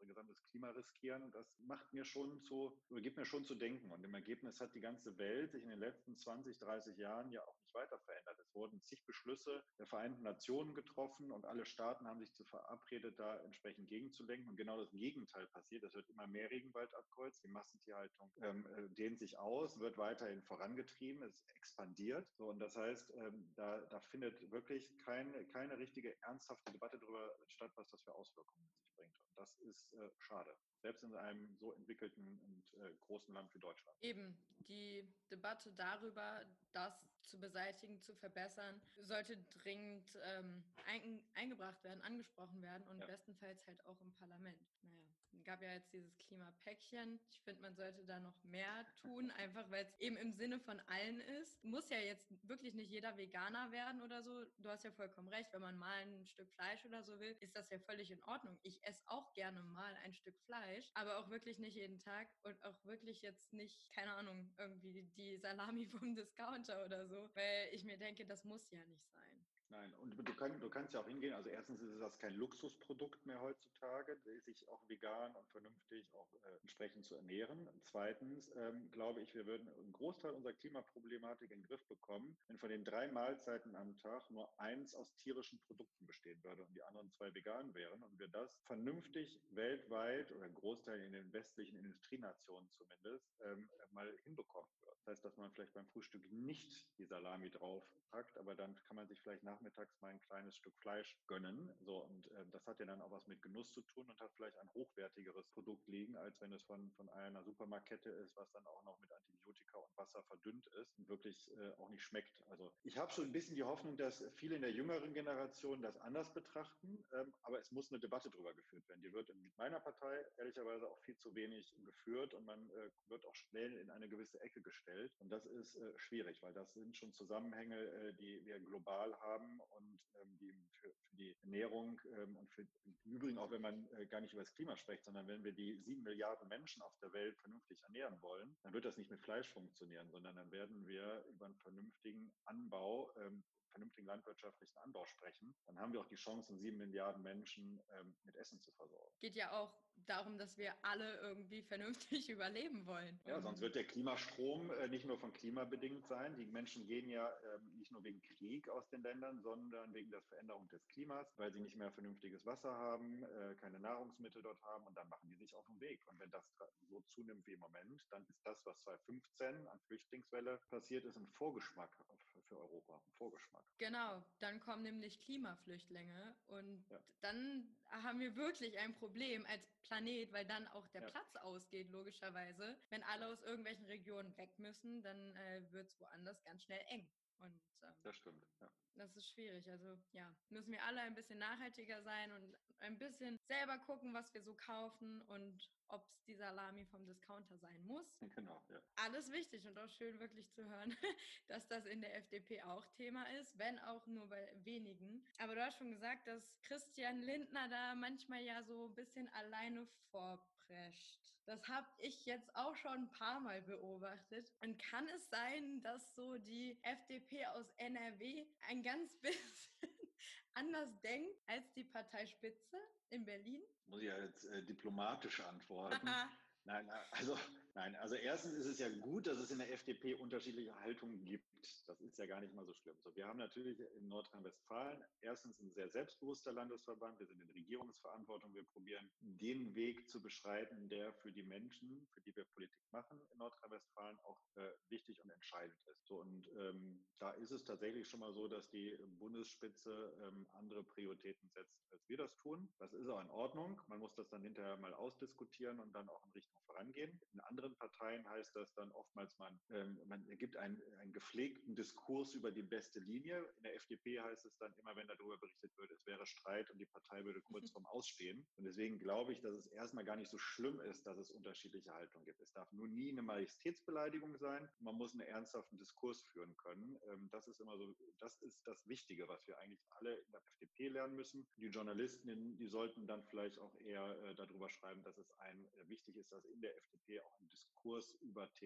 [SPEAKER 2] unser gesamtes Klima riskieren, das macht mir schon zu, oder gibt mir schon zu denken. Und im Ergebnis hat die ganze Welt sich in den letzten zwanzig, dreißig Jahren ja auch nicht weiter verändert. Es wurden zig Beschlüsse der Vereinten Nationen getroffen und alle Staaten haben sich zu verabredet, da entsprechend gegenzulenken. Und genau das Gegenteil passiert. Es wird immer mehr Regenwald abgeholzt, die Massentierhaltung ähm, dehnt sich aus, wird weiterhin vorangetrieben, es expandiert. So, und das heißt, ähm, da, da findet wirklich keine, keine richtige ernsthafte Debatte darüber statt, was das für Auswirkungen mit sich bringt. Und das ist äh, schade. Selbst in einem so entwickelten und äh, großen Land wie Deutschland.
[SPEAKER 1] Eben, die Debatte darüber, das zu beseitigen, zu verbessern, sollte dringend ähm, ein, eingebracht werden, angesprochen werden und ja. bestenfalls halt auch im Parlament. Naja, es gab ja jetzt dieses Klimapäckchen. Ich finde, man sollte da noch mehr tun, einfach weil es eben im Sinne von allen ist. Muss ja jetzt wirklich nicht jeder Veganer werden oder so. Du hast ja vollkommen recht, wenn man mal ein Stück Fleisch oder so will, ist das ja völlig in Ordnung. Ich esse auch gerne mal ein Stück Fleisch, aber auch wirklich nicht jeden Tag und auch wirklich jetzt nicht, keine Ahnung, irgendwie die Salami vom Discounter oder so, weil ich mir denke, das muss ja nicht sein.
[SPEAKER 2] Nein, und du, kann, du kannst ja auch hingehen, also erstens ist das kein Luxusprodukt mehr heutzutage, sich auch vegan und vernünftig auch äh, entsprechend zu ernähren. Zweitens ähm, glaube ich, wir würden einen Großteil unserer Klimaproblematik in den Griff bekommen, wenn von den drei Mahlzeiten am Tag nur eins aus tierischen Produkten bestehen würde und die anderen zwei vegan wären und wir das vernünftig weltweit oder ein Großteil in den westlichen Industrienationen zumindest ähm, mal hinbekommen würden. Das heißt, dass man vielleicht beim Frühstück nicht die Salami draufpackt, aber dann kann man sich vielleicht nachmittags mal ein kleines Stück Fleisch gönnen. So, und äh, das hat ja dann auch was mit Genuss zu tun und hat vielleicht ein hochwertigeres Produkt liegen, als wenn es von, von einer Supermarktkette ist, was dann auch noch mit Antibiotika und Wasser verdünnt ist und wirklich äh, auch nicht schmeckt. Also ich habe so ein bisschen die Hoffnung, dass viele in der jüngeren Generation das anders betrachten, ähm, aber es muss eine Debatte darüber geführt werden. Die wird in meiner Partei ehrlicherweise auch viel zu wenig geführt und man äh, wird auch schnell in eine gewisse Ecke gestellt. Und das ist äh, schwierig, weil das sind schon Zusammenhänge, äh, die wir global haben und ähm, die für, für die Ernährung ähm, und für im Übrigen auch, wenn man äh, gar nicht über das Klima spricht, sondern wenn wir die sieben Milliarden Menschen auf der Welt vernünftig ernähren wollen, dann wird das nicht mit Fleisch funktionieren, sondern dann werden wir über einen vernünftigen Anbau ähm, vernünftigen landwirtschaftlichen Anbau sprechen, dann haben wir auch die Chance, sieben Milliarden Menschen ähm, mit Essen zu versorgen.
[SPEAKER 1] Geht ja auch darum, dass wir alle irgendwie vernünftig überleben wollen.
[SPEAKER 2] Ja, sonst wird der Klimastrom äh, nicht nur von Klima bedingt sein. Die Menschen gehen ja ähm, nicht nur wegen Krieg aus den Ländern, sondern wegen der Veränderung des Klimas, weil sie nicht mehr vernünftiges Wasser haben, äh, keine Nahrungsmittel dort haben und dann machen die sich auf den Weg. Und wenn das so zunimmt wie im Moment, dann ist das, was zweitausendfünfzehn an Flüchtlingswelle passiert ist, ein Vorgeschmack für Europa. Ein Vorgeschmack.
[SPEAKER 1] Genau, dann kommen nämlich Klimaflüchtlinge und
[SPEAKER 2] ja.
[SPEAKER 1] dann haben wir wirklich ein Problem als Planet, weil dann auch der ja. Platz ausgeht, logischerweise. Wenn alle aus irgendwelchen Regionen weg müssen, dann äh, wird es woanders ganz schnell eng. Und, ähm,
[SPEAKER 2] das stimmt, ja.
[SPEAKER 1] Das ist schwierig. Also ja, müssen wir alle ein bisschen nachhaltiger sein und ein bisschen selber gucken, was wir so kaufen und ob es die Salami vom Discounter sein muss.
[SPEAKER 2] Genau, ja.
[SPEAKER 1] Alles wichtig und auch schön wirklich zu hören, dass das in der F D P auch Thema ist, wenn auch nur bei wenigen. Aber du hast schon gesagt, dass Christian Lindner da manchmal ja so ein bisschen alleine vorprescht. Das habe ich jetzt auch schon ein paar Mal beobachtet. Und kann es sein, dass so die F D P aus N R W ein ganz bisschen anders denkt als die Parteispitze in Berlin?
[SPEAKER 2] Muss ich ja jetzt äh, diplomatisch antworten. Nein, also, nein, also erstens ist es ja gut, dass es in der F D P unterschiedliche Haltungen gibt. Das ist ja gar nicht mal so schlimm. So, wir haben natürlich in Nordrhein-Westfalen erstens ein sehr selbstbewusster Landesverband. Wir sind in Regierungsverantwortung. Wir probieren, den Weg zu beschreiten, der für die Menschen, für die wir Politik machen in Nordrhein-Westfalen, auch äh, wichtig und entscheidend ist. So, und ähm, da ist es tatsächlich schon mal so, dass die Bundesspitze ähm, andere Prioritäten setzt, als wir das tun. Das ist auch in Ordnung. Man muss das dann hinterher mal ausdiskutieren und dann auch in Richtung vorangehen. In anderen Parteien heißt das dann oftmals, man, ähm, man gibt einen, einen gepflegten Diskurs über die beste Linie. In der F D P heißt es dann immer, wenn darüber berichtet wird, es wäre Streit und die Partei würde kurz vorm Ausstehen. Und deswegen glaube ich, dass es erstmal gar nicht so schlimm ist, dass es unterschiedliche Haltungen gibt. Es darf nur nie eine Majestätsbeleidigung sein. Man muss einen ernsthaften Diskurs führen können. Ähm, das ist immer so, das ist das Wichtige, was wir eigentlich alle in der F D P lernen müssen. Die Journalisten, die sollten dann vielleicht auch eher äh, darüber schreiben, dass es ein äh, wichtig ist, dass in der F D P auch ein Diskurs über Themen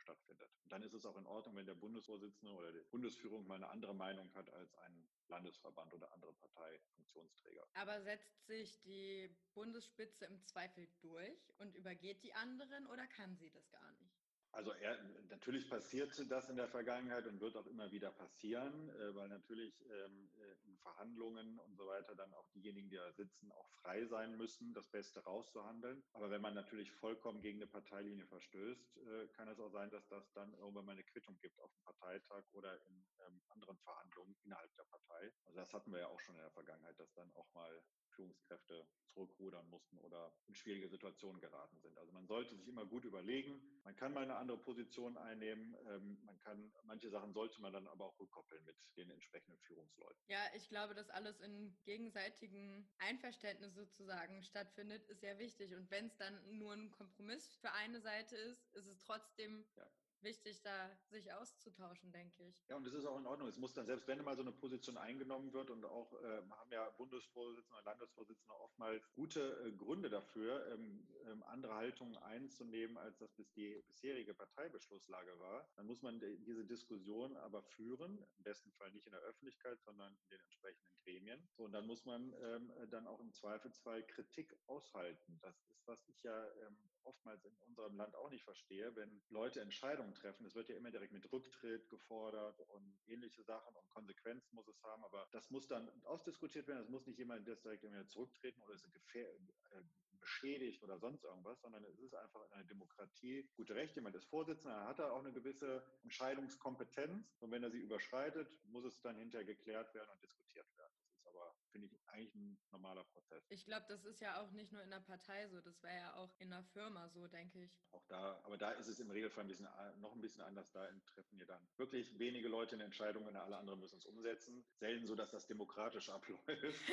[SPEAKER 2] stattfindet. Und dann ist es auch in Ordnung, wenn der Bundesvorsitzende oder die Bundesführung mal eine andere Meinung hat als ein Landesverband oder andere Parteifunktionsträger.
[SPEAKER 1] Aber setzt sich die Bundesspitze im Zweifel durch und übergeht die anderen oder kann sie das gar nicht?
[SPEAKER 2] Also er, natürlich passierte das in der Vergangenheit und wird auch immer wieder passieren, äh, weil natürlich ähm, in Verhandlungen und so weiter dann auch diejenigen, die da sitzen, auch frei sein müssen, das Beste rauszuhandeln. Aber wenn man natürlich vollkommen gegen eine Parteilinie verstößt, äh, kann es auch sein, dass das dann irgendwann mal eine Quittung gibt auf dem Parteitag oder in ähm, anderen Verhandlungen innerhalb der Partei. Also das hatten wir ja auch schon in der Vergangenheit, dass dann auch mal Führungskräfte zurückrudern mussten oder in schwierige Situationen geraten sind. Also man sollte sich immer gut überlegen. Man kann mal eine andere Position einnehmen. Ähm, man kann, manche Sachen sollte man dann aber auch rückkoppeln mit den entsprechenden Führungsleuten.
[SPEAKER 1] Ja, ich glaube, dass alles in gegenseitigem Einverständnis sozusagen stattfindet, ist sehr wichtig. Und wenn es dann nur ein Kompromiss für eine Seite ist, ist es trotzdem
[SPEAKER 2] Ja.
[SPEAKER 1] wichtig, da sich auszutauschen, denke ich.
[SPEAKER 2] Ja, und es ist auch in Ordnung. Es muss dann, selbst wenn mal so eine Position eingenommen wird und auch äh, haben ja Bundesvorsitzende und Landesvorsitzende oftmals gute äh, Gründe dafür, ähm, ähm, andere Haltungen einzunehmen, als das bis die bisherige Parteibeschlusslage war, dann muss man de- diese Diskussion aber führen, im besten Fall nicht in der Öffentlichkeit, sondern in den entsprechenden Gremien. So, und dann muss man ähm, dann auch im Zweifelsfall Kritik aushalten. Das ist, was ich ja ähm, oftmals in unserem Land auch nicht verstehe, wenn Leute Entscheidungen treffen. Es wird ja immer direkt mit Rücktritt gefordert und ähnliche Sachen und Konsequenzen muss es haben, aber das muss dann ausdiskutiert werden. Es muss nicht jemand das direkt immer zurücktreten oder ist gefähr- äh, beschädigt oder sonst irgendwas, sondern es ist einfach in einer Demokratie gute Recht. Jemand ist Vorsitzender, er hat da auch eine gewisse Entscheidungskompetenz und wenn er sie überschreitet, muss es dann hinterher geklärt werden und diskutiert werden. Das ist aber, finde ich, eigentlich ein normaler Prozess.
[SPEAKER 1] Ich glaube, das ist ja auch nicht nur in der Partei so, das wäre ja auch in der Firma so, denke ich.
[SPEAKER 2] Auch da, aber da ist es im Regelfall ein bisschen, noch ein bisschen anders. Da treffen hier dann wirklich wenige Leute eine Entscheidung und alle anderen müssen es umsetzen. Selten so, dass das demokratisch abläuft.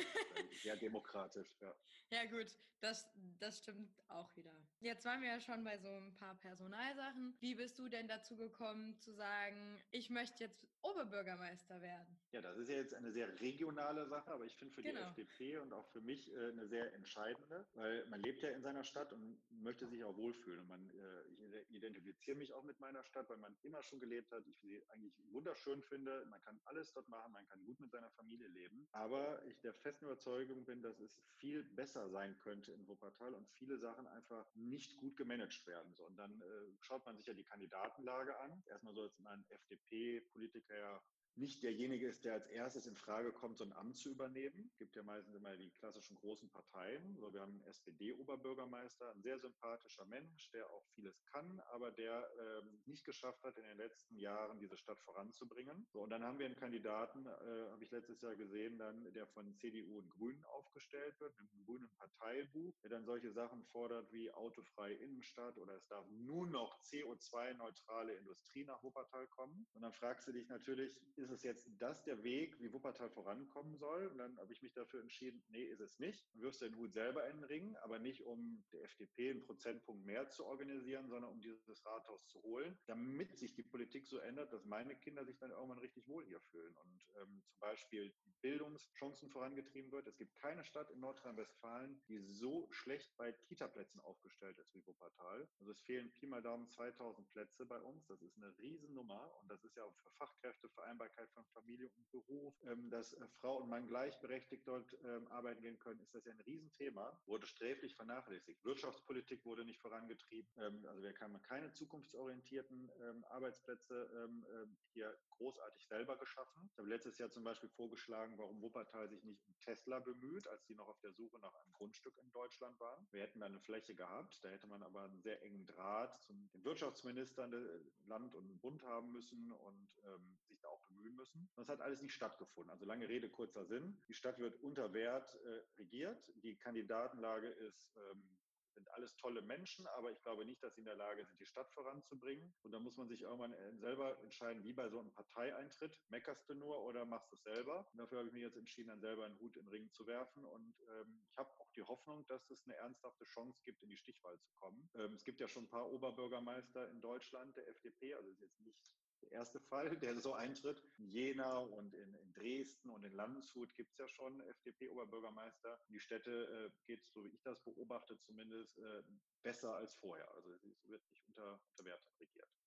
[SPEAKER 2] Sehr demokratisch, ja.
[SPEAKER 1] Ja gut, das, das stimmt auch wieder. Jetzt waren wir ja schon bei so ein paar Personalsachen. Wie bist du denn dazu gekommen zu sagen, ich möchte jetzt Oberbürgermeister werden?
[SPEAKER 2] Ja, das ist ja jetzt eine sehr regionale Sache, aber ich finde für die
[SPEAKER 1] Genau.
[SPEAKER 2] F D P und auch für mich äh, eine sehr entscheidende, weil man lebt ja in seiner Stadt und möchte sich auch wohlfühlen. Und man, äh, ich identifiziere mich auch mit meiner Stadt, weil man immer schon gelebt hat. Ich sie eigentlich wunderschön finde. Man kann alles dort machen, man kann gut mit seiner Familie leben. Aber ich der festen Überzeugung bin, dass es viel besser sein könnte in Wuppertal und viele Sachen einfach nicht gut gemanagt werden. So, und dann äh, schaut man sich ja die Kandidatenlage an. Erstmal so als ein F D P-Politiker ja nicht derjenige ist, der als erstes in Frage kommt, so ein Amt zu übernehmen. Es gibt ja meistens immer die klassischen großen Parteien. So, wir haben einen S P D-Oberbürgermeister, ein sehr sympathischer Mensch, der auch vieles kann, aber der ähm, nicht geschafft hat, in den letzten Jahren diese Stadt voranzubringen. So, und dann haben wir einen Kandidaten, äh, habe ich letztes Jahr gesehen, dann, der von C D U und Grünen aufgestellt wird, mit einem grünen Parteibuch, der dann solche Sachen fordert wie autofreie Innenstadt oder es darf nur noch C O zwei neutrale Industrie nach Wuppertal kommen. Und dann fragst du dich natürlich, ist es jetzt das der Weg, wie Wuppertal vorankommen soll? Und dann habe ich mich dafür entschieden, nee, ist es nicht. Du wirfst den Hut selber in den Ring, aber nicht, um der F D P einen Prozentpunkt mehr zu organisieren, sondern um dieses Rathaus zu holen, damit sich die Politik so ändert, dass meine Kinder sich dann irgendwann richtig wohl hier fühlen und ähm, zum Beispiel Bildungschancen vorangetrieben wird. Es gibt keine Stadt in Nordrhein-Westfalen, die so schlecht bei Kita-Plätzen aufgestellt ist wie Wuppertal. Also es fehlen Pi mal Daumen zweitausend Plätze bei uns. Das ist eine Riesennummer und das ist ja auch für Fachkräfte, Vereinbarkeit von Familie und Beruf, ähm, dass äh, Frau und Mann gleichberechtigt dort ähm, arbeiten gehen können, ist das ja ein Riesenthema, wurde sträflich vernachlässigt. Wirtschaftspolitik wurde nicht vorangetrieben. Ähm, also wir haben keine zukunftsorientierten ähm, Arbeitsplätze ähm, ähm, hier großartig selber geschaffen. Ich habe letztes Jahr zum Beispiel vorgeschlagen, warum Wuppertal sich nicht um Tesla bemüht, als die noch auf der Suche nach einem Grundstück in Deutschland waren. Wir hätten da eine Fläche gehabt, da hätte man aber einen sehr engen Draht zum den Wirtschaftsministern Land und Bund haben müssen und ähm, sich da auch bemühen müssen. Das hat alles nicht stattgefunden. Also lange Rede, kurzer Sinn. Die Stadt wird unter Wert äh, regiert. Die Kandidatenlage ist ähm, sind alles tolle Menschen, aber ich glaube nicht, dass sie in der Lage sind, die Stadt voranzubringen. Und da muss man sich irgendwann selber entscheiden, wie bei so einem Parteieintritt. Meckerst du nur oder machst du es selber? Und dafür habe ich mich jetzt entschieden, dann selber einen Hut in den Ring zu werfen. Und ähm, ich habe auch die Hoffnung, dass es eine ernsthafte Chance gibt, in die Stichwahl zu kommen. Ähm, es gibt ja schon ein paar Oberbürgermeister in Deutschland der F D P, also ist jetzt nicht der erste Fall, der so eintritt. In Jena und in, in Dresden und in Landshut gibt es ja schon F D P-Oberbürgermeister. Die Städte äh, geht, so wie ich das beobachte, zumindest äh, besser als vorher. Also es wird nicht unter, unter Wert regiert.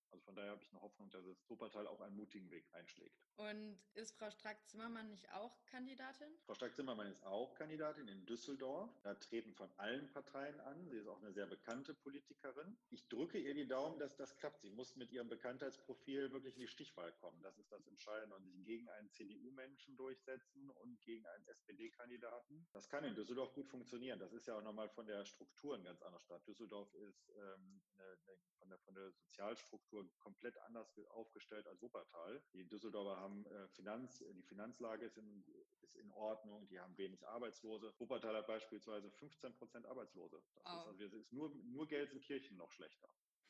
[SPEAKER 2] Also von daher habe ich eine Hoffnung, dass es Wuppertal auch einen mutigen Weg einschlägt.
[SPEAKER 1] Und ist Frau Strack-Zimmermann nicht auch Kandidatin?
[SPEAKER 2] Frau Strack-Zimmermann ist auch Kandidatin in Düsseldorf. Da treten von allen Parteien an. Sie ist auch eine sehr bekannte Politikerin. Ich drücke ihr die Daumen, dass das klappt. Sie muss mit ihrem Bekanntheitsprofil wirklich in die Stichwahl kommen. Das ist das Entscheidende. Und sich gegen einen C D U-Menschen durchsetzen und gegen einen S P D-Kandidaten. Das kann in Düsseldorf gut funktionieren. Das ist ja auch nochmal von der Struktur eine ganz andere Stadt. Düsseldorf ist ähm, eine, eine, von, der, von der Sozialstruktur komplett anders aufgestellt als Wuppertal. Die Düsseldorfer haben äh, Finanz, die Finanzlage ist in, ist in Ordnung, die haben wenig Arbeitslose. Wuppertal hat beispielsweise fünfzehn Prozent Arbeitslose. Das
[SPEAKER 1] Oh.
[SPEAKER 2] ist, also wir ist nur, nur Gelsenkirchen noch schlechter.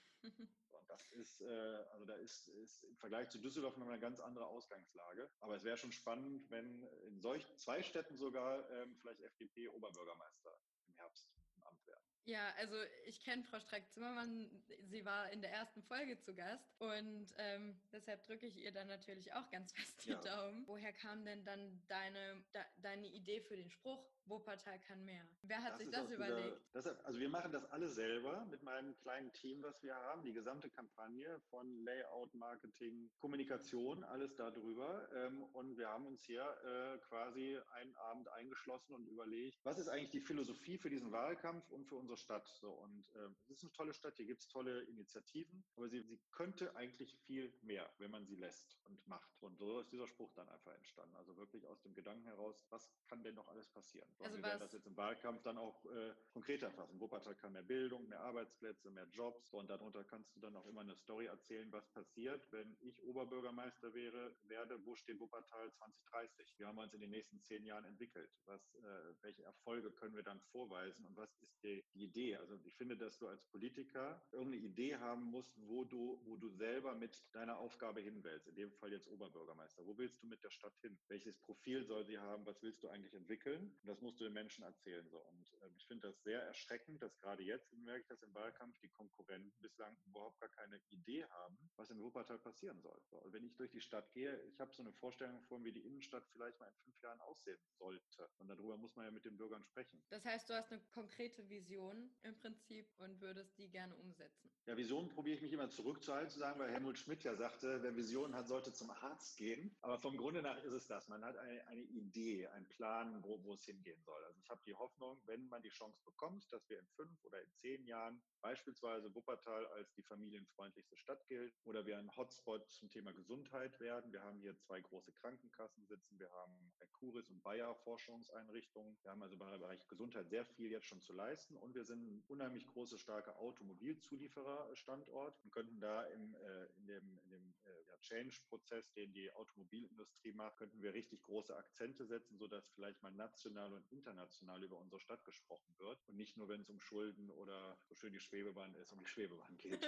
[SPEAKER 2] Und das ist, äh, also da ist, ist im Vergleich zu Düsseldorf noch eine ganz andere Ausgangslage. Aber es wäre schon spannend, wenn in solch zwei Städten sogar ähm, vielleicht F D P-Oberbürgermeister im Herbst im Amt wären.
[SPEAKER 1] Ja, also ich kenne Frau Strack-Zimmermann, sie war in der ersten Folge zu Gast und ähm, deshalb drücke ich ihr dann natürlich auch ganz fest die
[SPEAKER 2] Ja.
[SPEAKER 1] Daumen. Woher kam denn dann deine, de, deine Idee für den Spruch, Wuppertal kann mehr? Wer hat
[SPEAKER 2] das
[SPEAKER 1] sich das überlegt?
[SPEAKER 2] Dieser, das, also wir machen das alle selber mit meinem kleinen Team, was wir haben. Die gesamte Kampagne von Layout, Marketing, Kommunikation, alles darüber. Ähm, und wir haben uns hier äh, quasi einen Abend eingeschlossen und überlegt, was ist eigentlich die Philosophie für diesen Wahlkampf und für unsere Stadt? So, und äh, es ist eine tolle Stadt, hier gibt es tolle Initiativen, aber sie, sie könnte eigentlich viel mehr, wenn man sie lässt und macht. Und so ist dieser Spruch dann einfach entstanden. Also wirklich aus dem Gedanken heraus, was kann denn noch alles passieren? So,
[SPEAKER 1] Also
[SPEAKER 2] wir
[SPEAKER 1] was?
[SPEAKER 2] werden das jetzt im Wahlkampf dann auch äh, konkreter fassen. Wuppertal kann mehr Bildung, mehr Arbeitsplätze, mehr Jobs. So, und darunter kannst du dann auch immer eine Story erzählen, was passiert, wenn ich Oberbürgermeister wäre, werde, wo steht Wuppertal zwanzig dreißig? Wie haben wir uns in den nächsten zehn Jahren entwickelt? Was, äh, welche Erfolge können wir dann vorweisen? Und was ist die, die Idee? Also ich finde, dass du als Politiker irgendeine Idee haben musst, wo du, wo du selber mit deiner Aufgabe hin willst. In dem Fall jetzt Oberbürgermeister. Wo willst du mit der Stadt hin? Welches Profil soll sie haben? Was willst du eigentlich entwickeln? Und das musst du den Menschen erzählen. So. Und äh, ich finde das sehr erschreckend, dass gerade jetzt, merke ich das im Wahlkampf, die Konkurrenten bislang überhaupt gar keine Idee haben, was in Wuppertal passieren soll. So. Und wenn ich durch die Stadt gehe, ich habe so eine Vorstellung von, wie die Innenstadt vielleicht mal in fünf Jahren aussehen sollte. Und darüber muss man ja mit den Bürgern sprechen.
[SPEAKER 1] Das heißt, du hast eine konkrete Vision im Prinzip und würdest die gerne umsetzen.
[SPEAKER 2] Ja, Visionen probiere ich mich immer zurückzuhalten, zu sagen, weil Helmut Schmidt ja sagte, wer Visionen hat, sollte zum Arzt gehen. Aber vom Grunde nach ist es das. Man hat eine, eine Idee, einen Plan, wo, wo es hingehen soll. Also ich habe die Hoffnung, wenn man die Chance bekommt, dass wir in fünf oder in zehn Jahren beispielsweise Wuppertal als die familienfreundlichste Stadt gilt oder wir ein Hotspot zum Thema Gesundheit werden. Wir haben hier zwei große Krankenkassen sitzen. Wir haben Curis und Bayer Forschungseinrichtungen. Wir haben also im Bereich Gesundheit sehr viel jetzt schon zu leisten und wir sind ein unheimlich großer, starker Automobilzuliefererstandort und könnten da im, äh, in dem, in dem äh, ja, Change-Prozess, den die Automobilindustrie macht, könnten wir richtig große Akzente setzen, sodass vielleicht mal national und international über unsere Stadt gesprochen wird und nicht nur, wenn es um Schulden oder so schön die Schwebebahn ist, um die Schwebebahn geht.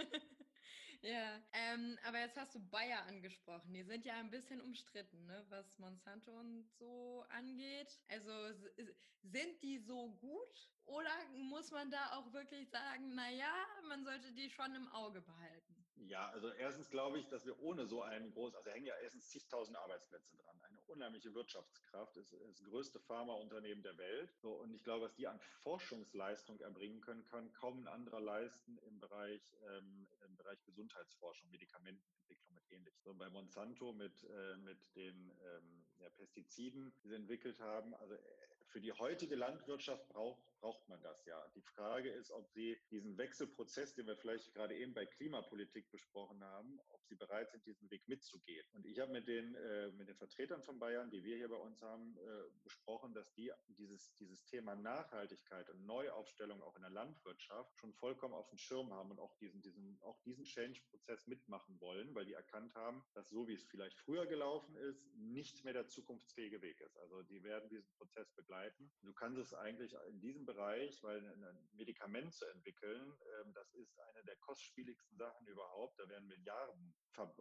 [SPEAKER 1] Ja, ähm, aber jetzt hast du Bayer angesprochen. Die sind ja ein bisschen umstritten, ne, was Monsanto und so angeht. Also sind die so gut oder muss man da auch wirklich sagen, naja, man sollte die schon im Auge behalten?
[SPEAKER 2] Ja, also erstens glaube ich, dass wir ohne so einen großen, also hängen ja erstens zigtausend Arbeitsplätze dran, eine unheimliche Wirtschaftskraft, ist das größte Pharmaunternehmen der Welt. So, und ich glaube, was die an Forschungsleistung erbringen können, kann kaum ein anderer leisten im Bereich, ähm, im Bereich Gesundheitsforschung, Medikamentenentwicklung mit ähnlich. So, bei Monsanto mit, äh, mit den ähm, ja, Pestiziden, die sie entwickelt haben, also für die heutige Landwirtschaft braucht, braucht man das ja. Die Frage ist, ob sie diesen Wechselprozess, den wir vielleicht gerade eben bei Klimapolitik besprochen haben, ob sie bereit sind, diesen Weg mitzugehen. Und ich habe mit den, äh, mit den Vertretern von Bayern, die wir hier bei uns haben, äh, besprochen, dass die dieses, dieses Thema Nachhaltigkeit und Neuaufstellung auch in der Landwirtschaft schon vollkommen auf dem Schirm haben und auch diesen, diesen, auch diesen Change-Prozess mitmachen wollen, weil die erkannt haben, dass so wie es vielleicht früher gelaufen ist, nicht mehr der zukunftsfähige Weg ist. Also die werden diesen Prozess begleiten. Du kannst es eigentlich in diesem Bereich, weil ein Medikament zu entwickeln, äh, das ist eine der kostspieligsten Sachen überhaupt. Da werden Milliarden ver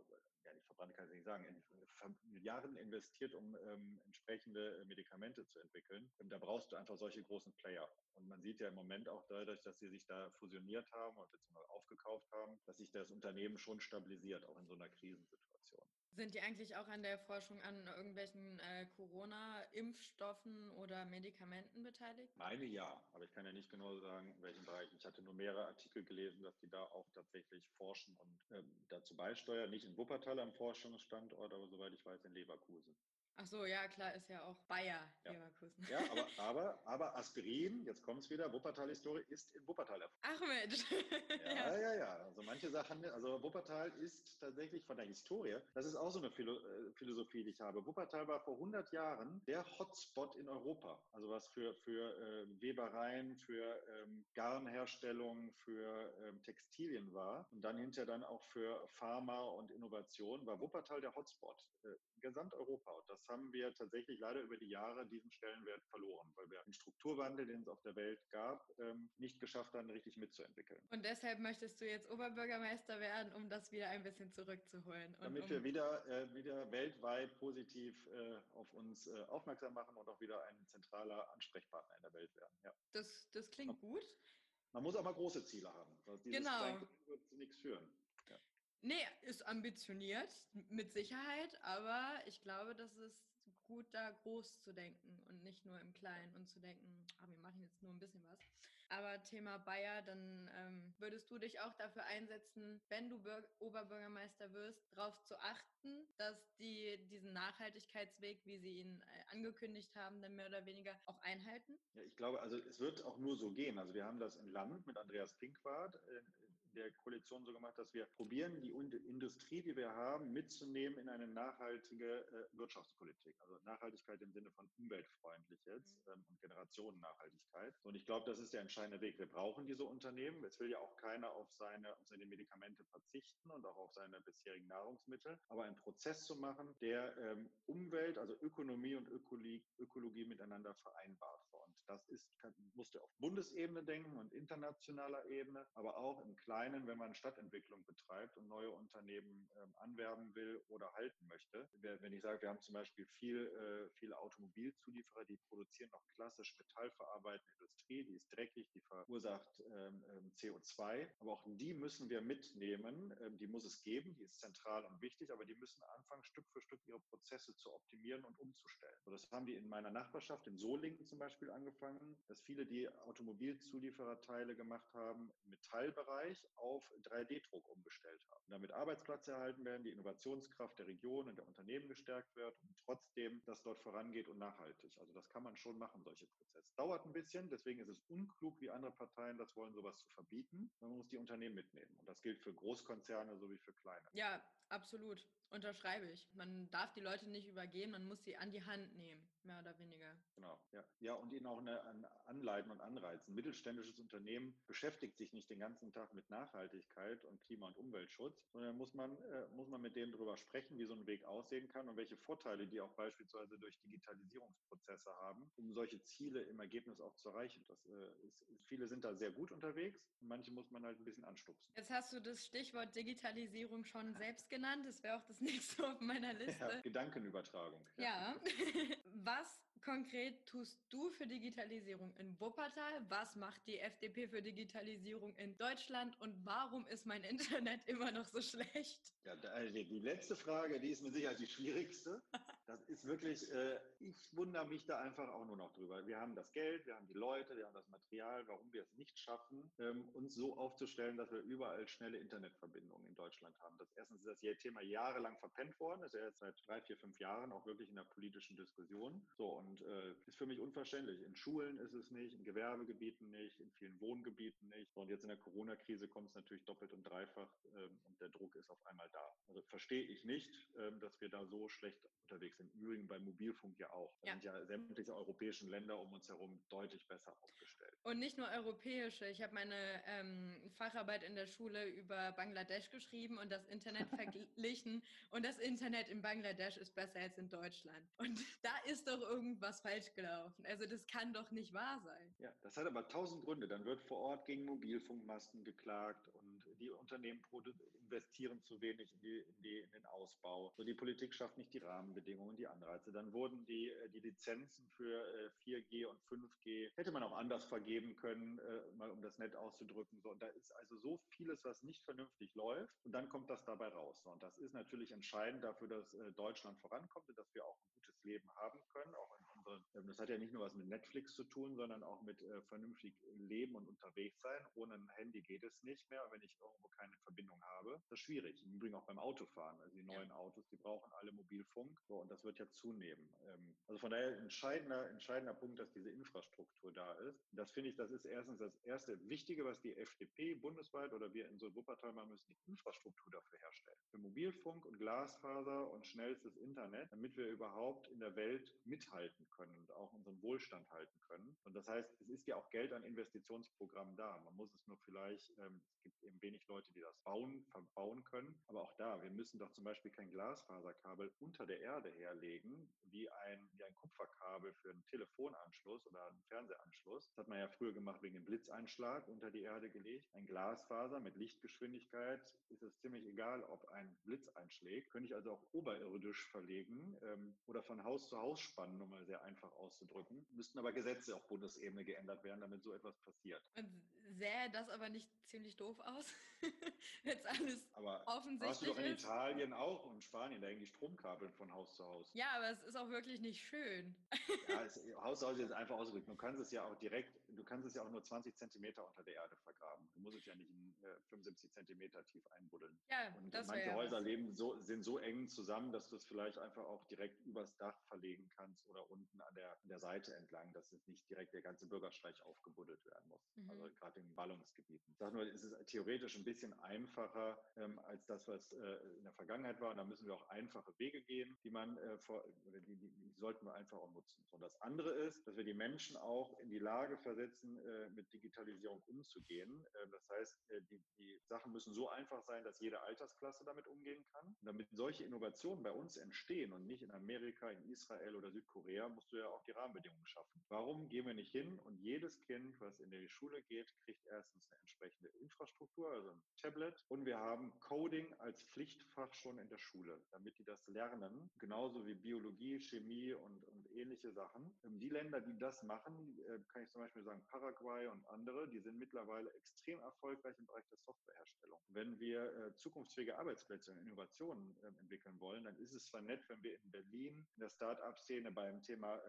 [SPEAKER 2] ja nicht verbrannt, kann ich nicht sagen, in, Milliarden investiert, um ähm, entsprechende Medikamente zu entwickeln. Und da brauchst du einfach solche großen Player. Und man sieht ja im Moment auch dadurch, dass sie sich da fusioniert haben und beziehungsweise aufgekauft haben, dass sich das Unternehmen schon stabilisiert, auch in so einer Krisensituation.
[SPEAKER 1] Sind die eigentlich auch an der Forschung an irgendwelchen äh, Corona-Impfstoffen oder Medikamenten beteiligt?
[SPEAKER 2] Meine ja, aber ich kann ja nicht genau sagen, in welchem Bereich. Ich hatte nur mehrere Artikel gelesen, dass die da auch tatsächlich forschen und ähm, dazu beisteuern. Nicht in Wuppertal am Forschungsstandort, aber soweit ich weiß in Leverkusen.
[SPEAKER 1] Ach so, ja, klar, ist ja auch Bayer
[SPEAKER 2] Ja,
[SPEAKER 1] Leverkusen.
[SPEAKER 2] ja aber, aber, aber Aspirin, jetzt kommt es wieder, Wuppertal-Historie ist in Wuppertal erfunden.
[SPEAKER 1] Ach Mensch.
[SPEAKER 2] Ja, ja, ja. Also manche Sachen, also Wuppertal ist tatsächlich von der Historie, das ist auch so eine Philo- Philosophie, die ich habe. Wuppertal war vor hundert Jahren der Hotspot in Europa. Also was für, für äh, Webereien, für ähm, Garnherstellung, für ähm, Textilien war und dann hinterher dann auch für Pharma und Innovation, war Wuppertal der Hotspot äh, in Gesamteuropa. Und das haben wir tatsächlich leider über die Jahre diesen Stellenwert verloren, weil wir den Strukturwandel, den es auf der Welt gab, ähm, nicht geschafft haben, richtig mitzuentwickeln.
[SPEAKER 1] Und deshalb möchtest du jetzt Oberbürgermeister werden, um das wieder ein bisschen zurückzuholen. Und
[SPEAKER 2] Damit
[SPEAKER 1] um
[SPEAKER 2] wir wieder, äh, wieder weltweit positiv äh, auf uns äh, aufmerksam machen und auch wieder ein zentraler Ansprechpartner in der Welt werden. Ja.
[SPEAKER 1] das, das klingt gut.
[SPEAKER 2] Man muss auch mal große Ziele haben. Also dieses
[SPEAKER 1] Genau.
[SPEAKER 2] Klein-Klein wird zu nichts führen. Ja.
[SPEAKER 1] Nee, ist ambitioniert, mit Sicherheit, aber ich glaube, das ist gut, da groß zu denken und nicht nur im Kleinen und zu denken, ah, wir machen jetzt nur ein bisschen was. Aber Thema Bayer, dann ähm, würdest du dich auch dafür einsetzen, wenn du Bürger- Oberbürgermeister wirst, darauf zu achten, dass die diesen Nachhaltigkeitsweg, wie sie ihn äh, angekündigt haben, dann mehr oder weniger auch einhalten?
[SPEAKER 2] Ja, ich glaube, also es wird auch nur so gehen. Also wir haben das im Land mit Andreas Pinkwart in der Koalition so gemacht, dass wir probieren, die Industrie, die wir haben, mitzunehmen in eine nachhaltige äh, Wirtschaftspolitik. Also Nachhaltigkeit im Sinne von umweltfreundlich jetzt ähm, und Generationennachhaltigkeit. Und ich glaube, das ist der entscheidende Weg. Wir brauchen diese Unternehmen. Es will ja auch keiner auf seine, auf seine Medikamente verzichten und auch auf seine bisherigen Nahrungsmittel. Aber einen Prozess zu machen, der ähm, Umwelt, also Ökonomie und Ökologie, Ökologie miteinander vereinbart. Und das ist, kann, musste auf Bundesebene denken und internationaler Ebene, aber auch im Kleinen, wenn man Stadtentwicklung betreibt und neue Unternehmen ähm, anwerben will oder halten möchte. Wenn ich sage, wir haben zum Beispiel viel, äh, viele Automobilzulieferer, die produzieren noch klassisch metallverarbeitende Industrie, die ist dreckig, die verursacht ähm, C O zwei, aber auch die müssen wir mitnehmen, ähm, die muss es geben, die ist zentral und wichtig, aber die müssen anfangen, Stück für Stück ihre Prozesse zu optimieren und umzustellen. So, das haben die in meiner Nachbarschaft, in Solingen zum Beispiel, angefangen, dass viele, die Automobilzuliefererteile gemacht haben, im Metallbereich auf drei D Druck umgestellt haben. Und damit Arbeitsplätze erhalten werden, die Innovationskraft der Region und der Unternehmen gestärkt wird und trotzdem das dort vorangeht und nachhaltig. Also das kann man schon machen, solche Prozesse. Dauert ein bisschen, deswegen ist es unklug, wie andere Parteien das wollen, sowas zu verbieten. Man muss die Unternehmen mitnehmen. Und das gilt für Großkonzerne sowie für kleine.
[SPEAKER 1] Ja, absolut. Unterschreibe ich. Man darf die Leute nicht übergehen, man muss sie an die Hand nehmen, mehr oder weniger.
[SPEAKER 2] Genau, ja. Ja, und ihnen auch eine, eine anleiten und anreizen. Ein mittelständisches Unternehmen beschäftigt sich nicht den ganzen Tag mit Nachhaltigkeit und Klima- und Umweltschutz, sondern muss man, äh, muss man mit denen darüber sprechen, wie so ein Weg aussehen kann und welche Vorteile die auch beispielsweise durch Digitalisierungsprozesse haben, um solche Ziele im Ergebnis auch zu erreichen. Das, äh, ist, viele sind da sehr gut unterwegs und manche muss man halt ein bisschen anstupsen.
[SPEAKER 1] Jetzt hast du das Stichwort Digitalisierung schon selbst genannt. Das wäre auch das nächste auf meiner Liste.
[SPEAKER 2] Ja, Gedankenübertragung.
[SPEAKER 1] Ja. Was konkret tust du für Digitalisierung in Wuppertal? Was macht die F D P für Digitalisierung in Deutschland? Und warum ist mein Internet immer noch so schlecht?
[SPEAKER 2] Ja, die letzte Frage, die ist mit Sicherheit die schwierigste. Das ist wirklich, äh, ich wundere mich da einfach auch nur noch drüber. Wir haben das Geld, wir haben die Leute, wir haben das Material, warum wir es nicht schaffen, ähm, uns so aufzustellen, dass wir überall schnelle Internetverbindungen in Deutschland haben. Das erstens ist das Thema jahrelang verpennt worden, das ist ja jetzt seit drei, vier, fünf Jahren auch wirklich in der politischen Diskussion. So, und äh, ist für mich unverständlich. In Schulen ist es nicht, in Gewerbegebieten nicht, in vielen Wohngebieten nicht. So, und jetzt in der Corona-Krise kommt es natürlich doppelt und dreifach ähm, und der Druck ist auf einmal da. Also verstehe ich nicht, ähm, dass wir da so schlecht unterwegs sind. Im Übrigen bei Mobilfunk ja auch. Da
[SPEAKER 1] Ja.
[SPEAKER 2] sind ja sämtliche europäischen Länder um uns herum deutlich besser aufgestellt.
[SPEAKER 1] Und nicht nur europäische. Ich habe meine ähm, Facharbeit in der Schule über Bangladesch geschrieben und das Internet verglichen. Und das Internet in Bangladesch ist besser als in Deutschland. Und da ist doch irgendwas falsch gelaufen. Also das kann doch nicht wahr sein.
[SPEAKER 2] Ja, das hat aber tausend Gründe. Dann wird vor Ort gegen Mobilfunkmasten geklagt und die Unternehmen investieren zu wenig in, die, in, die, in den Ausbau. So, die Politik schafft nicht die Rahmenbedingungen, die Anreize. Dann wurden die, die Lizenzen für vier G und fünf G, hätte man auch anders vergeben können, mal um das nett auszudrücken. So, und da ist also so vieles, was nicht vernünftig läuft. Und dann kommt das dabei raus. So, und das ist natürlich entscheidend dafür, dass Deutschland vorankommt und dass wir auch ein gutes Leben haben können. Auch in unseren, das hat ja nicht nur was mit Netflix zu tun, sondern auch mit äh, vernünftig leben und unterwegs sein. Ohne ein Handy geht es nicht mehr. Wenn ich irgendwo keine Verbindung habe, das ist schwierig. Im Übrigen auch beim Autofahren. Also die neuen ja. Autos, die brauchen alle Mobilfunk. So, und das wird ja zunehmen. Ähm, also von daher entscheidender, entscheidender Punkt, dass diese Infrastruktur da ist. Und das finde ich, das ist erstens das erste Wichtige, was die F D P bundesweit oder wir in so Wuppertal machen müssen, die Infrastruktur dafür herstellen. Für Mobilfunk und Glasfaser und schnellstes Internet, damit wir überhaupt in der Welt mithalten können und auch unseren Wohlstand halten können. Und das heißt, es ist ja auch Geld an Investitionsprogrammen da. Man muss es nur vielleicht, ähm, es gibt eben wenig Leute, die das bauen, verbauen können. Aber auch da, wir müssen doch zum Beispiel kein Glasfaserkabel unter der Erde herlegen, wie ein, wie ein Kupferkabel für einen Telefonanschluss oder einen Fernsehanschluss. Das hat man ja früher gemacht wegen dem Blitzeinschlag unter die Erde gelegt. Ein Glasfaser mit Lichtgeschwindigkeit ist es ziemlich egal, ob ein Blitz einschlägt. Könnte ich also auch oberirdisch verlegen ähm, oder von Haus zu Haus spannen, um mal sehr einfach auszudrücken. Müssten aber Gesetze auf Bundesebene geändert werden, damit so etwas passiert.
[SPEAKER 1] Und sähe das aber nicht ziemlich doof aus, jetzt alles
[SPEAKER 2] aber
[SPEAKER 1] offensichtlich
[SPEAKER 2] hast du doch in
[SPEAKER 1] ist?
[SPEAKER 2] Italien auch und Spanien, da hängen die Stromkabel von Haus zu Haus.
[SPEAKER 1] Ja, aber es ist auch wirklich nicht schön.
[SPEAKER 2] Ja, es, Haus zu Haus ist einfach ausgedrückt. Du kannst es ja auch direkt, du kannst es ja auch nur zwanzig Zentimeter unter der Erde vergraben. Du musst es ja nicht in äh, fünfundsiebzig Zentimeter tief einbuddeln.
[SPEAKER 1] Ja,
[SPEAKER 2] und
[SPEAKER 1] das
[SPEAKER 2] manche
[SPEAKER 1] ja
[SPEAKER 2] Häuser
[SPEAKER 1] was.
[SPEAKER 2] leben so, sind so eng zusammen, dass du es vielleicht einfach auch direkt übers Dach verlegen kannst oder unten an der, an der Seite entlang, dass es nicht direkt der ganze Bürgersteig aufgebuddelt werden muss. Mhm. Also gerade in Ballungsgebieten. Ich sage nur, es ist theoretisch ein bisschen einfacher ähm, als das, was äh, in der Vergangenheit war. Und da müssen wir auch einfache Wege gehen, die man äh, vor, oder die, die, die sollten wir einfach auch nutzen. Und das andere ist, dass wir die Menschen auch in die Lage versetzen, äh, mit Digitalisierung umzugehen. Äh, das heißt, äh, die, die Sachen müssen so einfach sein, dass jede Altersklasse damit umgehen kann. Und damit solche Innovationen bei uns entstehen und nicht in Amerika, in Israel oder Südkorea, musst du ja auch die Rahmenbedingungen schaffen. Warum gehen wir nicht hin und jedes Kind, was in die Schule geht, kriegt erstens eine entsprechende Infrastruktur, also ein Tablet, und wir haben Coding als Pflichtfach schon in der Schule, damit die das lernen, genauso wie Biologie, Chemie und, und ähnliche Sachen. Die Länder, die das machen, kann ich zum Beispiel sagen, Paraguay und andere, die sind mittlerweile extrem erfolgreich im Bereich der Softwareherstellung. Wenn wir zukunftsfähige Arbeitsplätze und Innovationen entwickeln wollen, dann ist es zwar nett, wenn wir in Berlin in der Start-up-Szene beim Thema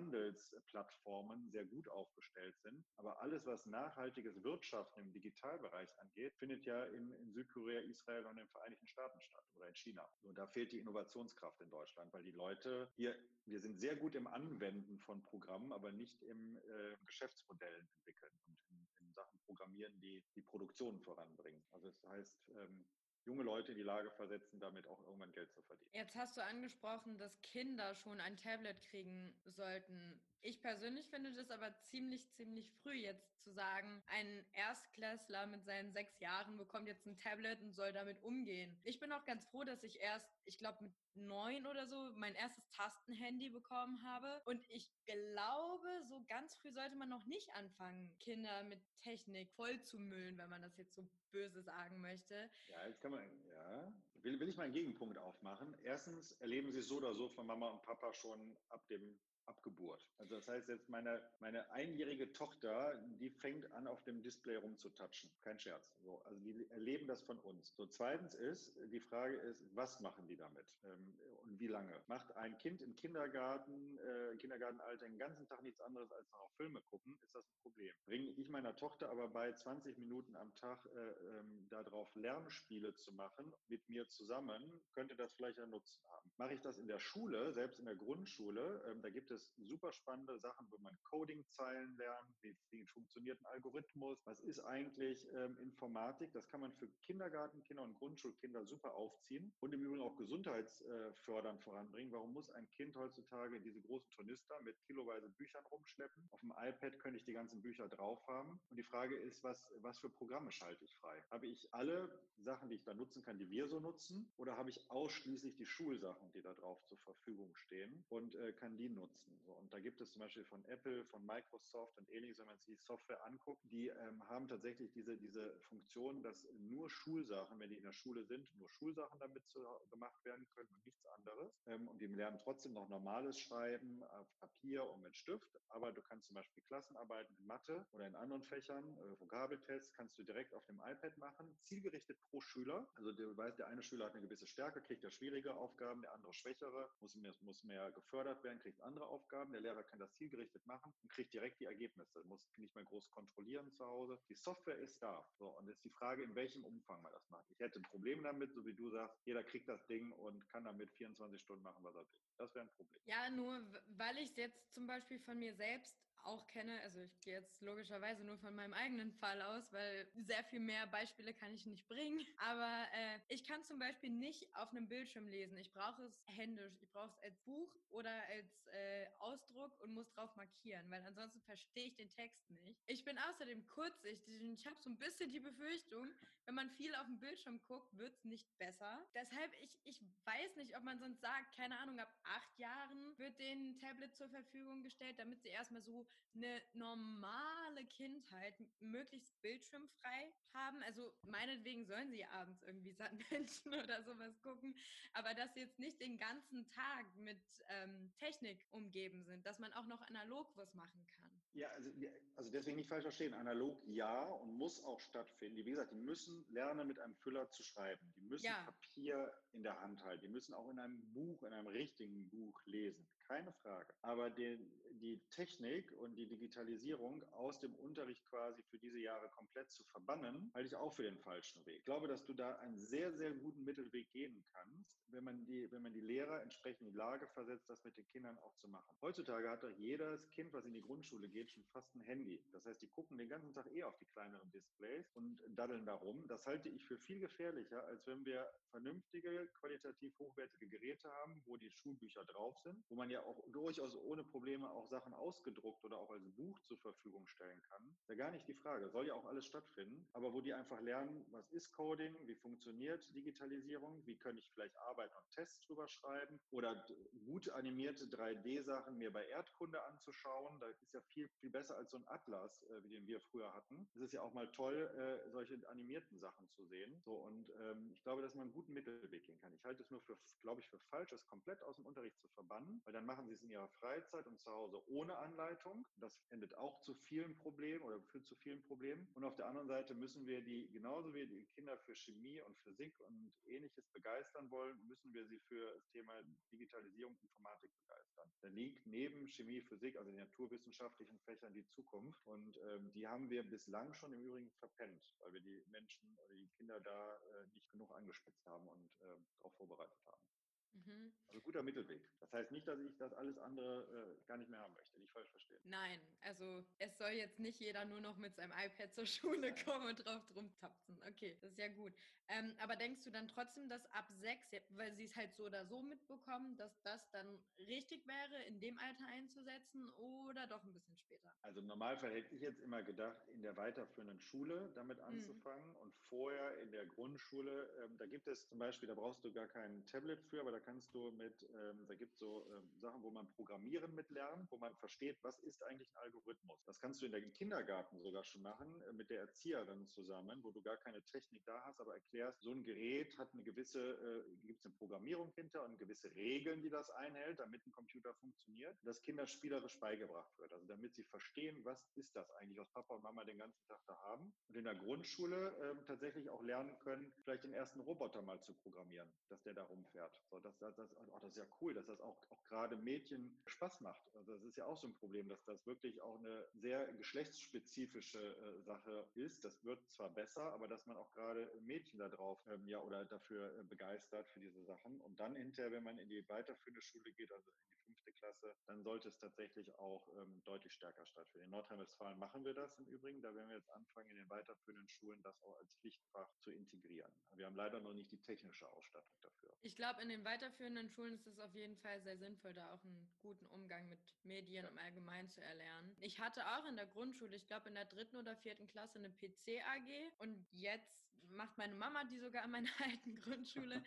[SPEAKER 2] Handelsplattformen sehr gut aufgestellt sind, aber alles, was nachhaltiges Wirtschaften im Digitalbereich angeht, findet ja in, in Südkorea, Israel und den Vereinigten Staaten statt oder in China. Und da fehlt die Innovationskraft in Deutschland, weil die Leute hier, wir sind sehr gut im Anwenden von Programmen, aber nicht im äh, Geschäftsmodellen entwickeln und in, in Sachen Programmieren, die die Produktion voranbringen. Also das heißt, ähm, junge Leute in die Lage versetzen, damit auch irgendwann Geld zu verdienen.
[SPEAKER 1] Jetzt hast du angesprochen, dass Kinder schon ein Tablet kriegen sollten. Ich persönlich finde das aber ziemlich, ziemlich früh jetzt zu sagen, ein Erstklässler mit seinen sechs Jahren bekommt jetzt ein Tablet und soll damit umgehen. Ich bin auch ganz froh, dass ich erst, ich glaube mit neun oder so, mein erstes Tastenhandy bekommen habe. Und ich glaube, so ganz früh sollte man noch nicht anfangen, Kinder mit Technik voll zu müllen, wenn man das jetzt so böse sagen möchte.
[SPEAKER 2] Ja, jetzt kann man, ja, will, will ich mal einen Gegenpunkt aufmachen. Erstens erleben Sie es so oder so von Mama und Papa schon ab dem Abgeburt. Also das heißt jetzt, meine, meine einjährige Tochter, die fängt an, auf dem Display rumzutatschen. Kein Scherz. So, also die erleben das von uns. So, zweitens ist, die Frage ist, was machen die damit? Ähm, und wie lange? Macht ein Kind im Kindergarten, äh, Kindergartenalter den ganzen Tag nichts anderes als noch auf Filme gucken, ist das ein Problem. Bringe ich meiner Tochter aber bei zwanzig Minuten am Tag äh, ähm, darauf Lernspiele zu machen, mit mir zusammen, könnte das vielleicht einen Nutzen haben. Mache ich das in der Schule, selbst in der Grundschule, ähm, da gibt es super spannende Sachen, wo man Coding-Zeilen lernt, wie, wie funktioniert ein Algorithmus, was ist eigentlich ähm, Informatik, das kann man für Kindergartenkinder und Grundschulkinder super aufziehen und im Übrigen auch gesundheitsfördernd voranbringen. Warum muss ein Kind heutzutage diese großen Tornister mit kiloweise Büchern rumschleppen? Auf dem iPad könnte ich die ganzen Bücher drauf haben und die Frage ist, was, was für Programme schalte ich frei? Habe ich alle Sachen, die ich da nutzen kann, die wir so nutzen, nutzen oder habe ich ausschließlich die Schulsachen, die da drauf zur Verfügung stehen und äh, kann die nutzen. So, und da gibt es zum Beispiel von Apple, von Microsoft und ähnliches, wenn man sich die Software anguckt, die ähm, haben tatsächlich diese, diese Funktion, dass nur Schulsachen, wenn die in der Schule sind, nur Schulsachen damit zu, gemacht werden können und nichts anderes. Ähm, und die lernen trotzdem noch normales Schreiben auf Papier und mit Stift, aber du kannst zum Beispiel Klassenarbeiten in Mathe oder in anderen Fächern, äh, Vokabeltests, kannst du direkt auf dem iPad machen, zielgerichtet pro Schüler. Also du weißt, der eine Schüler hat eine gewisse Stärke, kriegt er schwierige Aufgaben, der andere schwächere, muss mehr, muss mehr gefördert werden, kriegt andere Aufgaben. Der Lehrer kann das zielgerichtet machen und kriegt direkt die Ergebnisse, muss nicht mehr groß kontrollieren zu Hause. Die Software ist da. So, und jetzt ist die Frage, in welchem Umfang man das macht. Ich hätte ein Problem damit, so wie du sagst, jeder kriegt das Ding und kann damit vierundzwanzig Stunden machen, was er will. Das wäre ein Problem.
[SPEAKER 1] Ja, nur weil ich es jetzt zum Beispiel von mir selbst auch kenne, also ich gehe jetzt logischerweise nur von meinem eigenen Fall aus, weil sehr viel mehr Beispiele kann ich nicht bringen. Aber äh, ich kann zum Beispiel nicht auf einem Bildschirm lesen. Ich brauche es händisch. Ich brauche es als Buch oder als äh, Ausdruck und muss drauf markieren, weil ansonsten verstehe ich den Text nicht. Ich bin außerdem kurzsichtig und ich habe so ein bisschen die Befürchtung, wenn man viel auf dem Bildschirm guckt, wird es nicht besser. Deshalb, ich, ich weiß nicht, ob man sonst sagt, keine Ahnung, ab acht Jahren wird denen ein Tablet zur Verfügung gestellt, damit sie erstmal so eine normale Kindheit möglichst bildschirmfrei haben. Also meinetwegen sollen sie abends irgendwie Sandmännchen oder sowas gucken, aber dass sie jetzt nicht den ganzen Tag mit ähm, Technik umgeben sind, dass man auch noch analog was machen kann.
[SPEAKER 2] Ja, also, also deswegen nicht falsch verstehen. Analog ja und muss auch stattfinden. Wie gesagt, die müssen lernen, mit einem Füller zu schreiben. Die müssen
[SPEAKER 1] Ja.
[SPEAKER 2] Papier in der Hand halten. Die müssen auch in einem Buch, in einem richtigen Buch lesen. Keine Frage. Aber die, die Technik und die Digitalisierung aus dem Unterricht quasi für diese Jahre komplett zu verbannen, halte ich auch für den falschen Weg. Ich glaube, dass du da einen sehr, sehr guten Mittelweg gehen kannst, wenn man die, wenn man die Lehrer entsprechend in die Lage versetzt, das mit den Kindern auch zu machen. Heutzutage hat doch jedes Kind, was in die Grundschule geht, schon fast ein Handy. Das heißt, die gucken den ganzen Tag eh auf die kleineren Displays und daddeln darum. Das halte ich für viel gefährlicher, als wenn wir vernünftige, qualitativ hochwertige Geräte haben, wo die Schulbücher drauf sind, wo man ja auch durchaus ohne Probleme auch Sachen ausgedruckt oder auch als Buch zur Verfügung stellen kann. Da gar nicht die Frage, soll ja auch alles stattfinden, aber wo die einfach lernen, was ist Coding, wie funktioniert Digitalisierung, wie könnte ich vielleicht Arbeiten und Tests drüber schreiben oder gut animierte drei D-Sachen mir bei Erdkunde anzuschauen. Da ist ja viel, viel besser als so ein Atlas, äh, wie den wir früher hatten. Es ist ja auch mal toll, äh, solche animierten Sachen zu sehen. So, und ähm, ich glaube, dass man einen guten Mittelweg gehen kann. Ich halte es nur für, glaube ich, für falsch, es komplett aus dem Unterricht zu verbannen, weil dann machen sie es in ihrer Freizeit und zu Hause ohne Anleitung. Das endet auch zu vielen Problemen oder führt zu vielen Problemen. Und auf der anderen Seite müssen wir die, genauso wie die Kinder für Chemie und Physik und Ähnliches begeistern wollen, müssen wir sie für das Thema Digitalisierung, Informatik begeistern. Da liegt neben Chemie, Physik, also den naturwissenschaftlichen Fächern, die Zukunft. Und ähm, die haben wir bislang schon im Übrigen verpennt, weil wir die Menschen oder die Kinder da äh, nicht genug angespitzt haben und äh, darauf vorbereitet haben.
[SPEAKER 1] Mhm.
[SPEAKER 2] Also guter Mittelweg. Das heißt nicht, dass ich das alles andere äh, gar nicht mehr haben möchte. Nicht falsch verstehen.
[SPEAKER 1] Nein, also es soll jetzt nicht jeder nur noch mit seinem iPad zur Schule
[SPEAKER 2] Nein.
[SPEAKER 1] kommen und drauf drum tapsen. Okay, das ist ja gut. Ähm, aber denkst du dann trotzdem, dass ab sechs, weil sie es halt so oder so mitbekommen, dass das dann richtig wäre, in dem Alter einzusetzen oder doch ein bisschen später?
[SPEAKER 2] Also im Normalfall hätte ich jetzt immer gedacht, in der weiterführenden Schule damit anzufangen
[SPEAKER 1] Mhm.
[SPEAKER 2] und vorher in der Grundschule. Ähm, da gibt es zum Beispiel, da brauchst du gar kein Tablet für, aber da kannst du mit, ähm, da gibt es so ähm, Sachen, wo man Programmieren mitlernt, wo man versteht, was ist eigentlich ein Algorithmus. Das kannst du in der Kindergarten sogar schon machen, äh, mit der Erzieherin zusammen, wo du gar keine Technik da hast, aber erklärst, so ein Gerät hat eine gewisse, äh, gibt es eine Programmierung hinter und gewisse Regeln, die das einhält, damit ein Computer funktioniert, dass Kindern spielerisch beigebracht wird. Also damit sie verstehen, was ist das eigentlich, was Papa und Mama den ganzen Tag da haben. Und in der Grundschule äh, tatsächlich auch lernen können, vielleicht den ersten Roboter mal zu programmieren, dass der da rumfährt. So, das, das, das, oh, das ist ja cool, dass das auch, auch gerade Mädchen Spaß macht. Also das ist ja auch so ein Problem, dass das wirklich auch eine sehr geschlechtsspezifische äh, Sache ist. Das wird zwar besser, aber dass man auch gerade Mädchen da drauf ähm, ja, oder dafür äh, begeistert für diese Sachen. Und dann hinterher, wenn man in die weiterführende Schule geht, also in die fünfte Klasse, dann sollte es tatsächlich auch ähm, deutlich stärker stattfinden. In Nordrhein-Westfalen machen wir das im Übrigen. Da werden wir jetzt anfangen, in den weiterführenden Schulen das auch als Pflichtfach zu integrieren. Wir haben leider noch nicht die technische Ausstattung dafür.
[SPEAKER 1] Ich glaube, in den weiterführenden Schulen ist es auf jeden Fall sehr sinnvoll, da auch einen guten Umgang mit Medien
[SPEAKER 2] Ja.
[SPEAKER 1] im Allgemeinen zu erlernen. Ich hatte auch in der Grundschule, ich glaube in der dritten oder vierten Klasse eine P C A G und jetzt macht meine Mama die sogar an meiner alten Grundschule.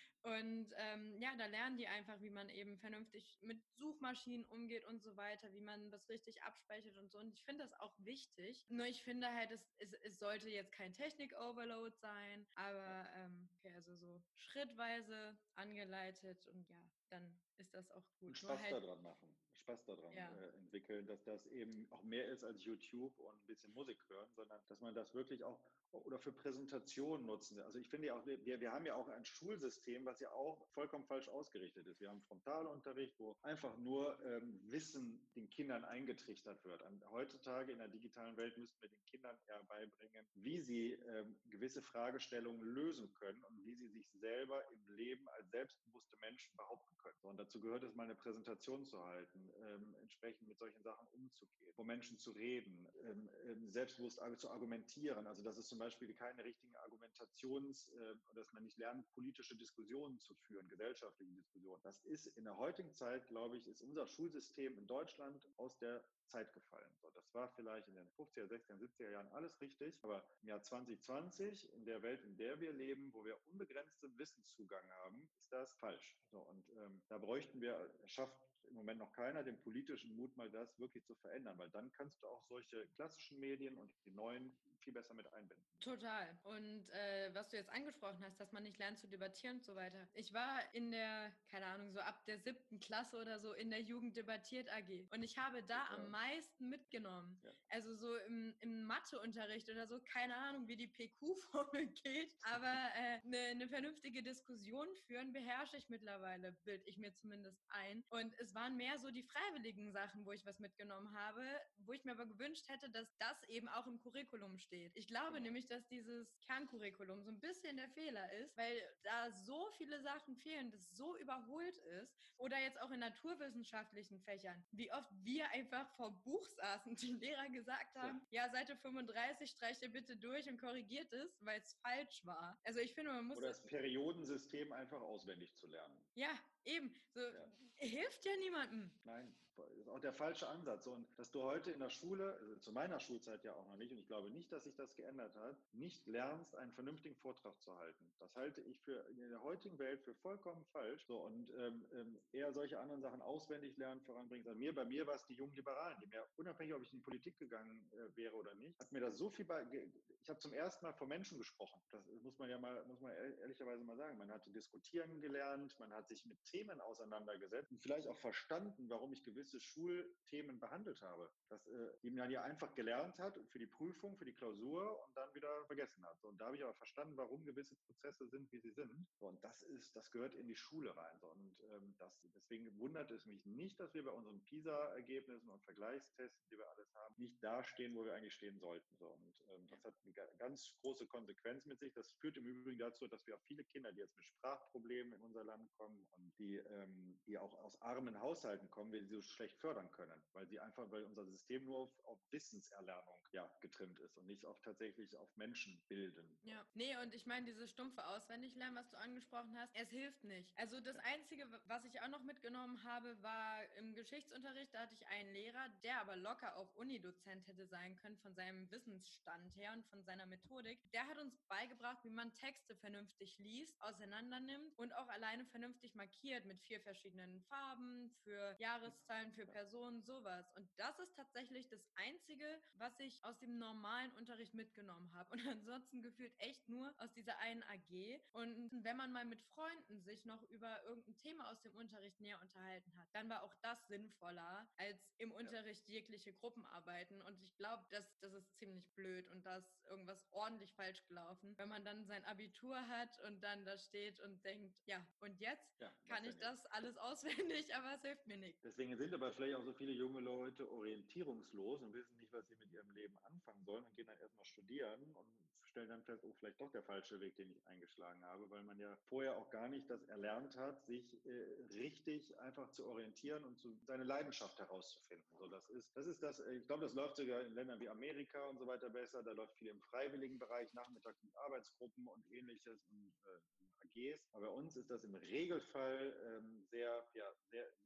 [SPEAKER 1] Und ähm, ja, da lernen die einfach, wie man eben vernünftig mit Suchmaschinen umgeht und so weiter, wie man das richtig abspeichert und so. Und ich finde das auch wichtig. Nur ich finde halt, es, es, es sollte jetzt kein Technik-Overload sein, aber ähm, okay, also so schrittweise angeleitet und ja, dann ist das auch gut.
[SPEAKER 2] Und
[SPEAKER 1] Nur
[SPEAKER 2] Spaß
[SPEAKER 1] halt,
[SPEAKER 2] daran machen, Spaß daran
[SPEAKER 1] ja,
[SPEAKER 2] äh, entwickeln, dass das eben auch mehr ist als YouTube und ein bisschen Musik hören, sondern dass man das wirklich auch oder für Präsentationen nutzen. Also ich finde ja auch, wir, wir haben ja auch ein Schulsystem, was ja auch vollkommen falsch ausgerichtet ist. Wir haben Frontalunterricht, wo einfach nur ähm, Wissen den Kindern eingetrichtert wird. Und heutzutage in der digitalen Welt müssten wir den Kindern eher beibringen, wie sie ähm, gewisse Fragestellungen lösen können und wie sie sich selber im Leben als selbstbewusste Menschen behaupten können. So, und dazu gehört es mal eine Präsentation zu halten, ähm, entsprechend mit solchen Sachen umzugehen, vor Menschen zu reden, ähm, ähm, selbstbewusst zu argumentieren. Also dass es zum Beispiel keine richtigen Argumentations- äh, dass man nicht lernt, politische Diskussionen zu führen, gesellschaftliche Diskussionen. Das ist in der heutigen Zeit, glaube ich, ist unser Schulsystem in Deutschland aus der Zeit gefallen. So, das war vielleicht in den fünfziger, sechziger, siebziger Jahren alles richtig, aber im Jahr zwanzig zwanzig, in der Welt, in der wir leben, wo wir unbegrenzten Wissenszugang haben, ist das falsch. So, und ähm, da bräuchten wir, schafft im Moment noch keiner den politischen Mut, mal das wirklich zu verändern, weil dann kannst du auch solche klassischen Medien und die neuen viel besser mit einbinden.
[SPEAKER 1] total. Und äh, was du jetzt angesprochen hast, dass man nicht lernt zu debattieren und so weiter. Ich war in der, keine Ahnung, so ab der siebten Klasse oder so in der Jugend debattiert A G. Und ich habe da
[SPEAKER 2] Ja.
[SPEAKER 1] am meisten mitgenommen.
[SPEAKER 2] Ja.
[SPEAKER 1] Also so im, im Matheunterricht oder so, keine Ahnung, wie die P Q-Formel geht, aber äh, eine, eine vernünftige Diskussion führen beherrsche ich mittlerweile, bilde ich mir zumindest ein. Und es waren mehr so die freiwilligen Sachen, wo ich was mitgenommen habe, wo ich mir aber gewünscht hätte, dass das eben auch im Curriculum steht. Ich glaube
[SPEAKER 2] Genau.
[SPEAKER 1] nämlich, dass dieses Kerncurriculum so ein bisschen der Fehler ist, weil da so viele Sachen fehlen, das so überholt ist. Oder jetzt auch in naturwissenschaftlichen Fächern, wie oft wir einfach vor Buch saßen, die Lehrer gesagt haben, ja, ja Seite fünfunddreißig streicht ihr bitte durch und korrigiert es, weil es falsch war. Also ich finde, man muss...
[SPEAKER 2] Oder das Periodensystem einfach auswendig zu lernen.
[SPEAKER 1] Ja, eben. So,
[SPEAKER 2] Ja.
[SPEAKER 1] Hilft ja niemandem.
[SPEAKER 2] Nein, das ist auch der falsche Ansatz. Und dass du heute in der Schule, also zu meiner Schulzeit ja auch noch nicht, und ich glaube nicht, dass sich das geändert hat, nicht lernst, einen vernünftigen Vortrag zu halten. Das halte ich für in der heutigen Welt für vollkommen falsch. So, und ähm, eher solche anderen Sachen auswendig lernen, voranbringen. Also mir, bei mir war es die jungen Liberalen, die mir, unabhängig, ob ich in die Politik gegangen äh, wäre oder nicht, hat mir das so viel bei. Ich habe zum ersten Mal vor Menschen gesprochen. Das muss man ja mal, muss man ehrlicherweise mal sagen. Man hatte diskutieren gelernt, man hat sich mit Themen auseinandergesetzt und vielleicht auch verstanden, warum ich gewisse Schulthemen behandelt habe. Das, äh, die man ja einfach gelernt hat für die Prüfung, für die Klausur und dann wieder vergessen hat. So, und da habe ich aber verstanden, warum gewisse Prozesse sind, wie sie sind. So, und das ist, das gehört in die Schule rein. So, und ähm, das, deswegen wundert es mich nicht, dass wir bei unseren PISA-Ergebnissen und Vergleichstests, die wir alles haben, nicht da stehen, wo wir eigentlich stehen sollten. So, und ähm, das hat eine ganz große Konsequenz mit sich. Das führt im Übrigen dazu, dass wir auch viele Kinder, die jetzt mit Sprachproblemen in unser Land kommen und die, ähm, die auch aus armen Haushalten kommen, wir sie so schlecht fördern können, weil sie einfach, weil unser System nur auf, auf Wissenserlernung ja, getrimmt ist und nicht auf tatsächlich auf Menschen bilden.
[SPEAKER 1] Ja, nee, und ich meine, dieses stumpfe Auswendiglernen, was du angesprochen hast, es hilft nicht. Also das Einzige, was ich auch noch mitgenommen habe, war im Geschichtsunterricht, da hatte ich einen Lehrer, der aber locker auch Unidozent hätte sein können von seinem Wissensstand her und von seiner Methodik. Der hat uns beigebracht, wie man Texte vernünftig liest, auseinander nimmt und auch alleine vernünftig markiert mit vier verschiedenen Farben, für Jahreszahlen, für Personen, sowas. Und das ist tatsächlich das Einzige, was ich aus dem normalen Unterricht mitgenommen habe. Und ansonsten gefühlt echt nur aus dieser einen A G. Und wenn man mal mit Freunden sich noch über irgendein Thema aus dem Unterricht näher unterhalten hat, dann war auch das sinnvoller, als im Unterricht jegliche Gruppenarbeiten. Und ich glaube, das, das ist ziemlich blöd und da ist irgendwas ordentlich falsch gelaufen, wenn man dann sein Abitur hat und dann da steht und denkt, ja, und jetzt
[SPEAKER 2] Ja,
[SPEAKER 1] kann ich das alles auswendig, aber es hilft mir nicht.
[SPEAKER 2] Deswegen sind aber vielleicht auch so viele junge Leute orientierungslos und wissen nicht, was sie mit ihrem Leben anfangen sollen und gehen dann erstmal studieren und stellen dann fest, oh, vielleicht doch der falsche Weg, den ich eingeschlagen habe, weil man ja vorher auch gar nicht das erlernt hat, sich äh, richtig einfach zu orientieren und zu, seine Leidenschaft herauszufinden. So, das ist, das ist das, ich glaube, das läuft sogar in Ländern wie Amerika und so weiter besser. Da läuft viel im freiwilligen Bereich, nachmittags mit Arbeitsgruppen und ähnliches und äh, A Gs. Aber bei uns ist das im Regelfall ähm, sehr, ja, sehr, sehr stupide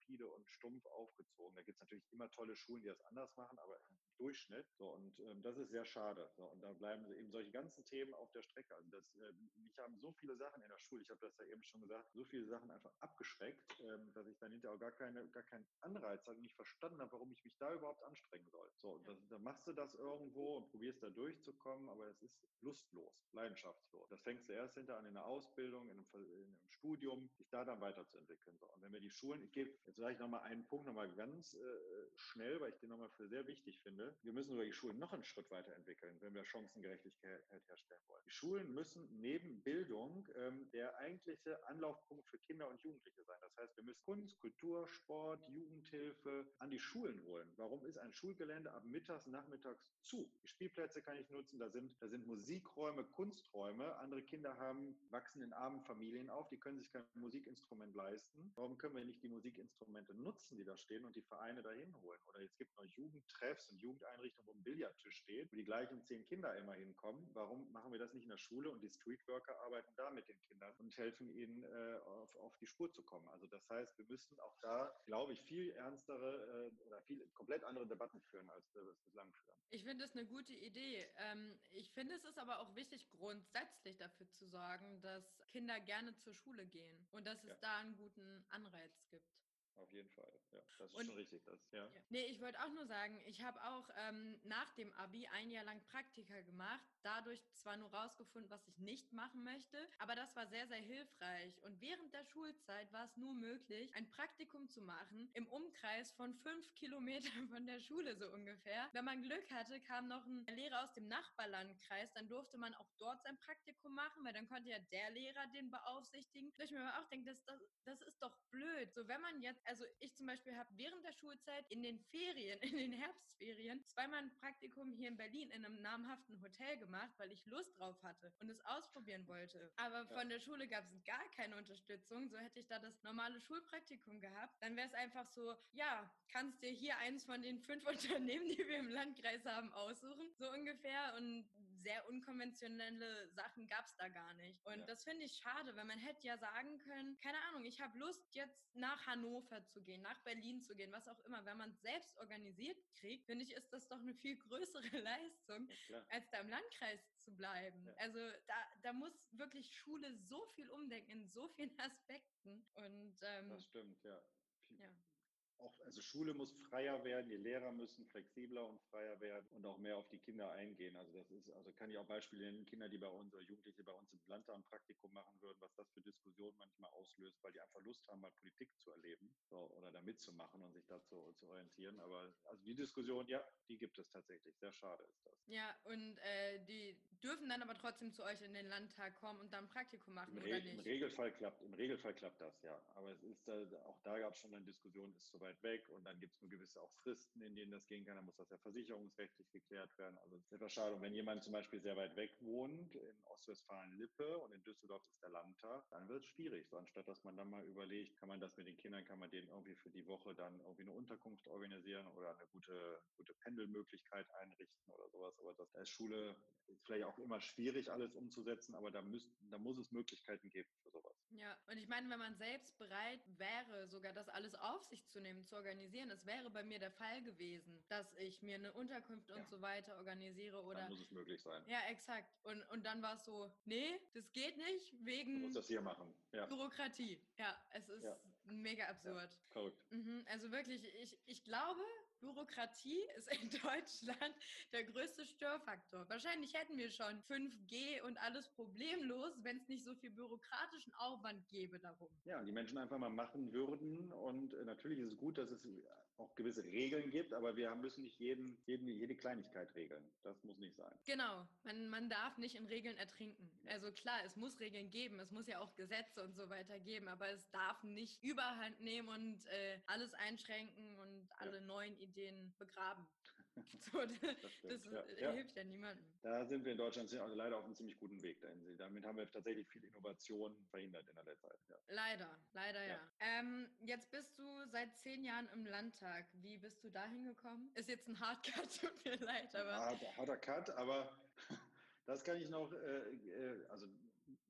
[SPEAKER 2] stupide und stumpf aufgezogen. Da gibt es natürlich immer tolle Schulen, die das anders machen, aber im Durchschnitt. So, und ähm, das ist sehr schade. So, und da bleiben eben solche ganzen Themen auf der Strecke. Also das, äh, mich haben so viele Sachen in der Schule, ich habe das ja eben schon gesagt, so viele Sachen einfach abgeschreckt, ähm, dass ich dann hinterher auch gar, keine, gar keinen Anreiz hatte und nicht verstanden habe, warum ich mich da überhaupt anstrengen soll. So, das, da machst du das irgendwo und probierst da durchzukommen, aber es ist lustlos, leidenschaftslos. Das fängst du erst hinter an in der Ausbildung, in einem, in einem Studium, sich da dann weiterzuentwickeln. So, und wenn wir die Schulen, ich gebe, jetzt sage ich nochmal einen Punkt nochmal ganz äh, schnell, weil ich den nochmal für sehr wichtig finde. Wir müssen sogar die Schulen noch einen Schritt weiterentwickeln, wenn wir Chancengerechtigkeit herstellen wollen. Die Schulen müssen neben Bildung ähm, der eigentliche Anlaufpunkt für Kinder und Jugendliche sein. Das heißt, wir müssen Kunst, Kultur, Sport, Jugendhilfe an die Schulen holen. Warum ist ein Schulgelände ab mittags, nachmittags zu? Die Spielplätze kann ich nutzen, da sind, da sind Musikräume, Kunsträume. Andere Kinder haben, wachsen in armen Familien auf, die können sich kein Musikinstrument leisten. Warum können wir nicht die Musikinstrumente nutzen, die da stehen und die Vereine dahin holen? Oder es gibt noch Jugendtreffs und Jugendeinrichtungen, wo ein Billardtisch steht, wo die gleichen zehn Kinder immer hinkommen. Warum machen wir das nicht in der Schule und die Streetworker arbeiten da mit den Kindern und helfen ihnen, äh, auf, auf die Spur zu kommen? Also das heißt, wir müssen auch da, glaube ich, viel ernstere äh, oder viel komplett andere Debatten führen, als wir es bislang führen.
[SPEAKER 1] Ich finde es eine gute Idee. Ähm, ich finde, es ist aber auch wichtig, grundsätzlich dafür zu sorgen, dass Kinder gerne zur Schule gehen und dass es
[SPEAKER 2] Ja.
[SPEAKER 1] da einen guten Anreiz gibt.
[SPEAKER 2] Auf jeden Fall, ja, das ist
[SPEAKER 1] Und,
[SPEAKER 2] schon richtig. Das, ja.
[SPEAKER 1] ja. Nee, ich wollte auch nur sagen, ich habe auch ähm, nach dem Abi ein Jahr lang Praktika gemacht, dadurch zwar nur rausgefunden, was ich nicht machen möchte, aber das war sehr, sehr hilfreich. Und während der Schulzeit war es nur möglich, ein Praktikum zu machen im Umkreis von fünf Kilometern von der Schule so ungefähr. Wenn man Glück hatte, kam noch ein Lehrer aus dem Nachbarlandkreis, dann durfte man auch dort sein Praktikum machen, weil dann konnte ja der Lehrer den beaufsichtigen. Da ich mir aber auch denke, das, das, das ist doch blöd. So, wenn man jetzt, also ich zum Beispiel habe während der Schulzeit in den Ferien, in den Herbstferien, zweimal ein Praktikum hier in Berlin in einem namhaften Hotel gemacht, weil ich Lust drauf hatte und es ausprobieren wollte. Aber von der Schule gab es gar keine Unterstützung. So hätte ich da das normale Schulpraktikum gehabt. Dann wäre es einfach so, ja, kannst dir hier eins von den fünf Unternehmen, die wir im Landkreis haben, aussuchen. So ungefähr. Und sehr unkonventionelle Sachen gab es da gar nicht. Und
[SPEAKER 2] Ja.
[SPEAKER 1] das finde ich schade, weil man hätte ja sagen können, keine Ahnung, ich habe Lust jetzt nach Hannover zu gehen, nach Berlin zu gehen, was auch immer. Wenn man es selbst organisiert kriegt, finde ich, ist das doch eine viel größere Leistung,
[SPEAKER 2] Ja,
[SPEAKER 1] als da im Landkreis zu bleiben.
[SPEAKER 2] Ja.
[SPEAKER 1] Also da, da muss wirklich Schule so viel umdenken in so vielen Aspekten. Und ähm,
[SPEAKER 2] das stimmt, ja.
[SPEAKER 1] ja.
[SPEAKER 2] Auch, also Schule muss freier werden, die Lehrer müssen flexibler und freier werden und auch mehr auf die Kinder eingehen. Also das ist, also kann ich auch Beispiele nennen, Kinder, die bei uns oder Jugendliche bei uns im Landtag ein Praktikum machen würden, was das für Diskussionen manchmal auslöst, weil die einfach Lust haben, mal Politik zu erleben, so, oder da mitzumachen und sich dazu zu orientieren. Aber also die Diskussion, ja, die gibt es tatsächlich. Sehr schade ist das.
[SPEAKER 1] Ja, und äh, die dürfen dann aber trotzdem zu euch in den Landtag kommen und dann ein Praktikum machen,
[SPEAKER 2] Im,
[SPEAKER 1] oder
[SPEAKER 2] Re
[SPEAKER 1] nicht?
[SPEAKER 2] Im Regelfall klappt, im Regelfall klappt das, ja. Aber es ist, äh, auch da gab es schon eine Diskussion, ist zu weit weg und dann gibt es nur gewisse auch Fristen, in denen das gehen kann. Dann muss das ja versicherungsrechtlich geklärt werden. Also es ist etwas schade. Und wenn jemand zum Beispiel sehr weit weg wohnt, in Ostwestfalen-Lippe und in Düsseldorf ist der Landtag, dann wird es schwierig. So, anstatt dass man dann mal überlegt, kann man das mit den Kindern, kann man denen irgendwie für die Woche dann irgendwie eine Unterkunft organisieren oder eine gute, gute Pendelmöglichkeit einrichten oder sowas. Aber das, da ist Schule ist vielleicht auch immer schwierig, alles umzusetzen, aber da, müsst, da muss es Möglichkeiten geben für sowas.
[SPEAKER 1] Ja, und ich meine, wenn man selbst bereit wäre, sogar das alles auf sich zu nehmen, zu organisieren, es wäre bei mir der Fall gewesen, dass ich mir eine Unterkunft und
[SPEAKER 2] Ja.
[SPEAKER 1] so weiter organisiere oder.
[SPEAKER 2] Dann muss es möglich sein.
[SPEAKER 1] Ja, exakt. Und, und dann war es so, nee, das geht nicht, wegen
[SPEAKER 2] Du musst das hier machen. Ja.
[SPEAKER 1] Bürokratie. Ja, es ist
[SPEAKER 2] Ja.
[SPEAKER 1] mega absurd.
[SPEAKER 2] Ja. Verrückt.
[SPEAKER 1] Mhm, also wirklich, ich, ich glaube, Bürokratie ist in Deutschland der größte Störfaktor. Wahrscheinlich hätten wir schon fünf G und alles problemlos, wenn es nicht so viel bürokratischen Aufwand gäbe darum.
[SPEAKER 2] Ja, und die Menschen einfach mal machen würden. Und äh, natürlich ist es gut, dass es auch gewisse Regeln gibt, aber wir müssen nicht jeden, jeden, jede Kleinigkeit regeln. Das muss nicht sein.
[SPEAKER 1] Genau, man, man darf nicht in Regeln ertrinken. Also klar, es muss Regeln geben, es muss ja auch Gesetze und so weiter geben, aber es darf nicht Überhand nehmen und äh, alles einschränken und alle ja. neuen Ideen begraben. So, das das
[SPEAKER 2] ja.
[SPEAKER 1] hilft ja. ja niemandem.
[SPEAKER 2] Da sind wir in Deutschland also leider auf einem ziemlich guten Weg dahin. Damit haben wir tatsächlich viel Innovation verhindert in der Zeit. Ja.
[SPEAKER 1] Leider, leider ja.
[SPEAKER 2] ja.
[SPEAKER 1] Ähm, jetzt bist du seit zehn Jahren im Landtag. Wie bist du da hingekommen? Ist jetzt ein Hardcut, tut mir leid, aber...
[SPEAKER 2] Harter, harter Cut, aber das kann ich noch, äh, also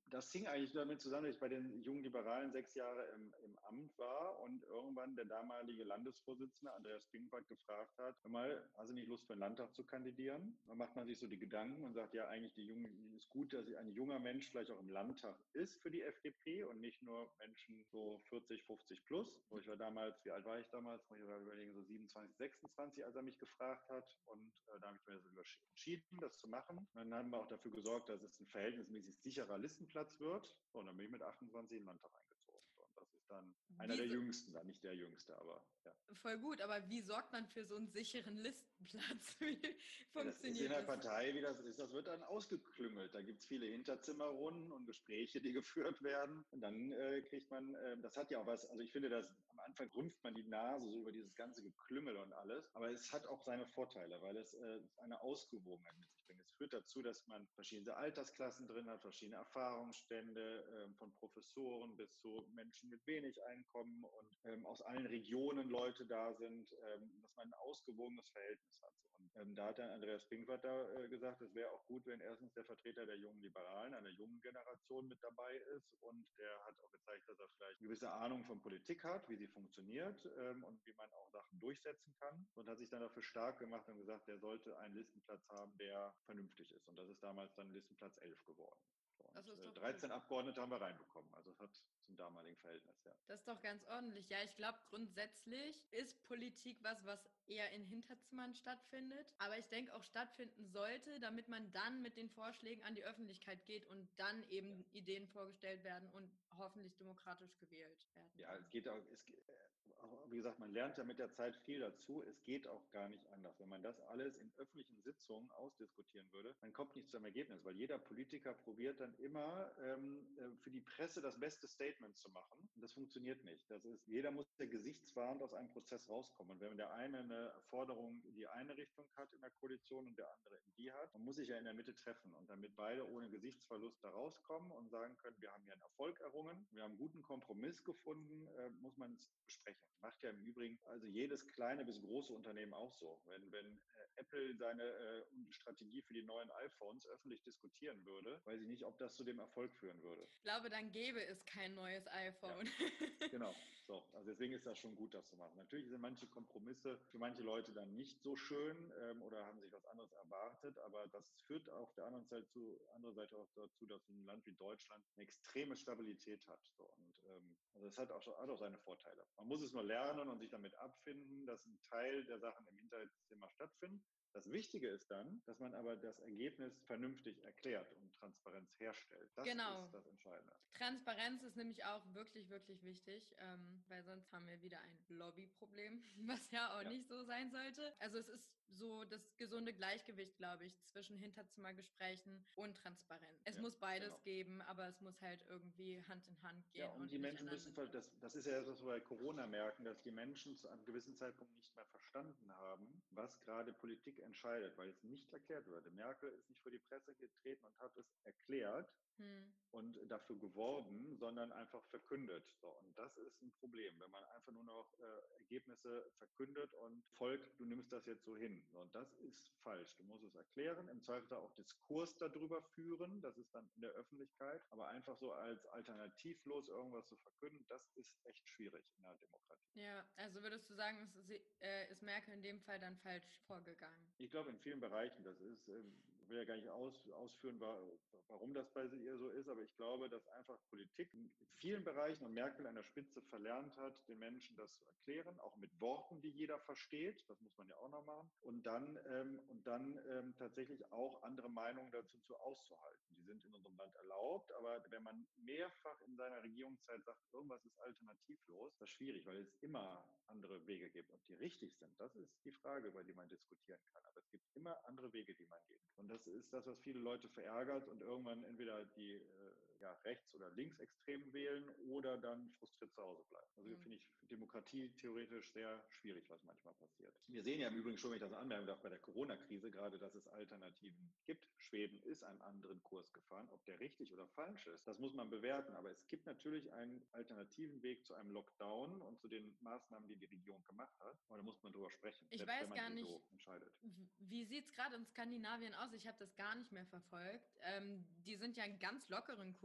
[SPEAKER 2] Das hing eigentlich damit zusammen, dass ich bei den Jungen Liberalen sechs Jahre im, im Amt war und irgendwann der damalige Landesvorsitzende Andreas Pinkwart gefragt hat: Hör mal, hast du nicht Lust für den Landtag zu kandidieren? Dann macht man sich so die Gedanken und sagt, ja, eigentlich die Jungen, ist gut, dass ein junger Mensch vielleicht auch im Landtag ist für die F D P und nicht nur Menschen so vierzig, fünfzig plus. Wo ich war damals, wie alt war ich damals? Muss ich mal überlegen, so siebenundzwanzig, sechsundzwanzig, als er mich gefragt hat. Und äh, da habe ich mir so entschieden, das zu machen. Und dann haben wir auch dafür gesorgt, dass es ein verhältnismäßig sicherer Listenplatz wird. So, und dann bin ich mit achtundzwanzig in den Landtag eingezogen. So, und das ist dann einer
[SPEAKER 1] Wie
[SPEAKER 2] der
[SPEAKER 1] so-
[SPEAKER 2] jüngsten, dann nicht der jüngste, aber ja.
[SPEAKER 1] Voll gut, aber wie sorgt man für so einen sicheren Listenplatz? Wie
[SPEAKER 2] Ja, das ist in
[SPEAKER 1] funktioniert
[SPEAKER 2] der
[SPEAKER 1] das?
[SPEAKER 2] Partei, wie das ist, das wird dann ausgeklüngelt. Da gibt es viele Hinterzimmerrunden und Gespräche, die geführt werden. Und dann äh, kriegt man, äh, das hat ja auch was, also ich finde, dass am Anfang rümpft man die Nase so über dieses ganze Geklüngel und alles. Aber es hat auch seine Vorteile, weil es äh, eine Ausgewogenheit mit sich bringt. Es führt dazu, dass man verschiedene Altersklassen drin hat, verschiedene Erfahrungsstände, äh, von Professoren bis zu Menschen mit wenig Einkommen und ähm, aus allen Regionen Leute da sind, ähm, dass man ein ausgewogenes Verhältnis hat. Und ähm, da hat dann Andreas Pinkwart da äh, gesagt, es wäre auch gut, wenn erstens der Vertreter der jungen Liberalen, einer jungen Generation mit dabei ist, und der hat auch gezeigt, dass er vielleicht eine gewisse Ahnung von Politik hat, wie sie funktioniert ähm, und wie man auch Sachen durchsetzen kann, und hat sich dann dafür stark gemacht und gesagt, der sollte einen Listenplatz haben, der vernünftig ist, und das ist damals dann Listenplatz elf geworden.
[SPEAKER 1] Das
[SPEAKER 2] Und
[SPEAKER 1] ist
[SPEAKER 2] äh,
[SPEAKER 1] doch
[SPEAKER 2] dreizehn
[SPEAKER 1] gut.
[SPEAKER 2] Abgeordnete haben wir reinbekommen, also es hat zum damaligen Verhältnis, ja.
[SPEAKER 1] Das ist doch ganz ordentlich. Ja, ich glaube, grundsätzlich ist Politik was, was eher in Hinterzimmern stattfindet. Aber ich denke auch stattfinden sollte, damit man dann mit den Vorschlägen an die Öffentlichkeit geht und dann eben
[SPEAKER 2] Ja.
[SPEAKER 1] Ideen vorgestellt werden und hoffentlich demokratisch gewählt werden.
[SPEAKER 2] Ja, es geht auch, es, wie gesagt, man lernt ja mit der Zeit viel dazu. Es geht auch gar nicht anders. Wenn man das alles in öffentlichen Sitzungen ausdiskutieren würde, dann kommt nicht zum Ergebnis, weil jeder Politiker probiert dann immer ähm, für die Presse das beste Statement zu machen. Und das funktioniert nicht. Das ist, jeder muss ja gesichtswahrend aus einem Prozess rauskommen. Und wenn der eine eine Forderung in die eine Richtung hat in der Koalition und der andere in die hat, dann muss sich ja in der Mitte treffen. Und damit beide ohne Gesichtsverlust da rauskommen und sagen können, wir haben hier einen Erfolg errungen, wir haben einen guten Kompromiss gefunden, äh, muss man es besprechen. Macht ja im Übrigen also jedes kleine bis große Unternehmen auch so. Wenn, wenn äh, Apple seine äh, Strategie für die neuen iPhones öffentlich diskutieren würde, weiß ich nicht, ob das zu dem Erfolg führen würde.
[SPEAKER 1] Ich glaube, dann gäbe es kein neues iPhone.
[SPEAKER 2] Ja, genau. So, also deswegen ist das schon gut, das zu machen. Natürlich sind manche Kompromisse für manche Leute dann nicht so schön ähm, oder haben sich was anderes erwartet, aber das führt auf der anderen Seite, zu, andere Seite auch dazu, dass ein Land wie Deutschland eine extreme Stabilität hat. So, und ähm, also das hat auch, hat auch seine Vorteile. Man muss es nur lernen und sich damit abfinden, dass ein Teil der Sachen im Internetsystem stattfinden. Das Wichtige ist dann, dass man aber das Ergebnis vernünftig erklärt und Transparenz herstellt. Das
[SPEAKER 1] Genau.
[SPEAKER 2] ist das Entscheidende.
[SPEAKER 1] Transparenz ist nämlich auch wirklich, wirklich wichtig, ähm, weil sonst haben wir wieder ein Lobbyproblem, was ja auch
[SPEAKER 2] Ja.
[SPEAKER 1] nicht so sein sollte. Also es ist so das gesunde Gleichgewicht, glaube ich, zwischen Hinterzimmergesprächen und Transparenz. Es
[SPEAKER 2] Ja,
[SPEAKER 1] muss beides
[SPEAKER 2] genau.
[SPEAKER 1] geben, aber es muss halt irgendwie Hand in Hand gehen.
[SPEAKER 2] Ja, und
[SPEAKER 1] und
[SPEAKER 2] die
[SPEAKER 1] nicht
[SPEAKER 2] Menschen müssen,
[SPEAKER 1] aneinander.
[SPEAKER 2] das, das ist ja das, was wir bei Corona merken, dass die Menschen zu einem gewissen Zeitpunkt nicht mehr verstanden haben, was gerade Politik entscheidet, weil es nicht erklärt wurde. Merkel ist nicht vor die Presse getreten und hat es erklärt, hm. und dafür geworben, sondern einfach verkündet. So, und das ist ein Problem, wenn man einfach nur noch äh, Ergebnisse verkündet und folgt, du nimmst das jetzt so hin. Und das ist falsch. Du musst es erklären, im Zweifel auch Diskurs darüber führen, das ist dann in der Öffentlichkeit, aber einfach so als alternativlos irgendwas zu verkünden, das ist echt schwierig in der Demokratie.
[SPEAKER 1] Ja, also würdest du sagen, ist, äh, ist Merkel in dem Fall dann falsch vorgegangen?
[SPEAKER 2] Ich glaube, in vielen Bereichen, das ist, ich will ja gar nicht aus, ausführen, warum das bei ihr so ist, aber ich glaube, dass einfach Politik in vielen Bereichen und Merkel an der Spitze verlernt hat, den Menschen das zu erklären, auch mit Worten, die jeder versteht, das muss man ja auch noch machen, und dann, ähm, und dann ähm, tatsächlich auch andere Meinungen dazu zu auszuhalten. Die sind in unserem Land erlaubt, aber wenn man mehrfach in seiner Regierungszeit sagt, irgendwas ist alternativlos, das ist schwierig, weil es immer andere Wege gibt und die richtig sind. Das ist die Frage, über die man diskutieren kann. Aber es gibt immer andere Wege, die man gehen kann. Und das ist das, was viele Leute verärgert und irgendwann entweder die äh, ja, rechts- oder linksextremen wählen oder dann frustriert zu Hause bleiben. Also mhm. finde ich Demokratie theoretisch sehr schwierig, was manchmal passiert. Wir sehen ja im Übrigen schon, wenn ich das anmerken darf, bei der Corona-Krise gerade, dass es Alternativen gibt. Schweden ist einen anderen Kurs gefahren. Ob der richtig oder falsch ist, das muss man bewerten. Aber es gibt natürlich einen alternativen Weg zu einem Lockdown und zu den Maßnahmen, die die Regierung gemacht hat. Aber da muss man drüber sprechen,
[SPEAKER 1] ich
[SPEAKER 2] selbst
[SPEAKER 1] weiß
[SPEAKER 2] wenn man
[SPEAKER 1] gar
[SPEAKER 2] sie
[SPEAKER 1] nicht,
[SPEAKER 2] so entscheidet.
[SPEAKER 1] Wie sieht es gerade in Skandinavien aus? Ich habe das gar nicht mehr verfolgt. Ähm, die sind ja einen ganz lockeren Kurs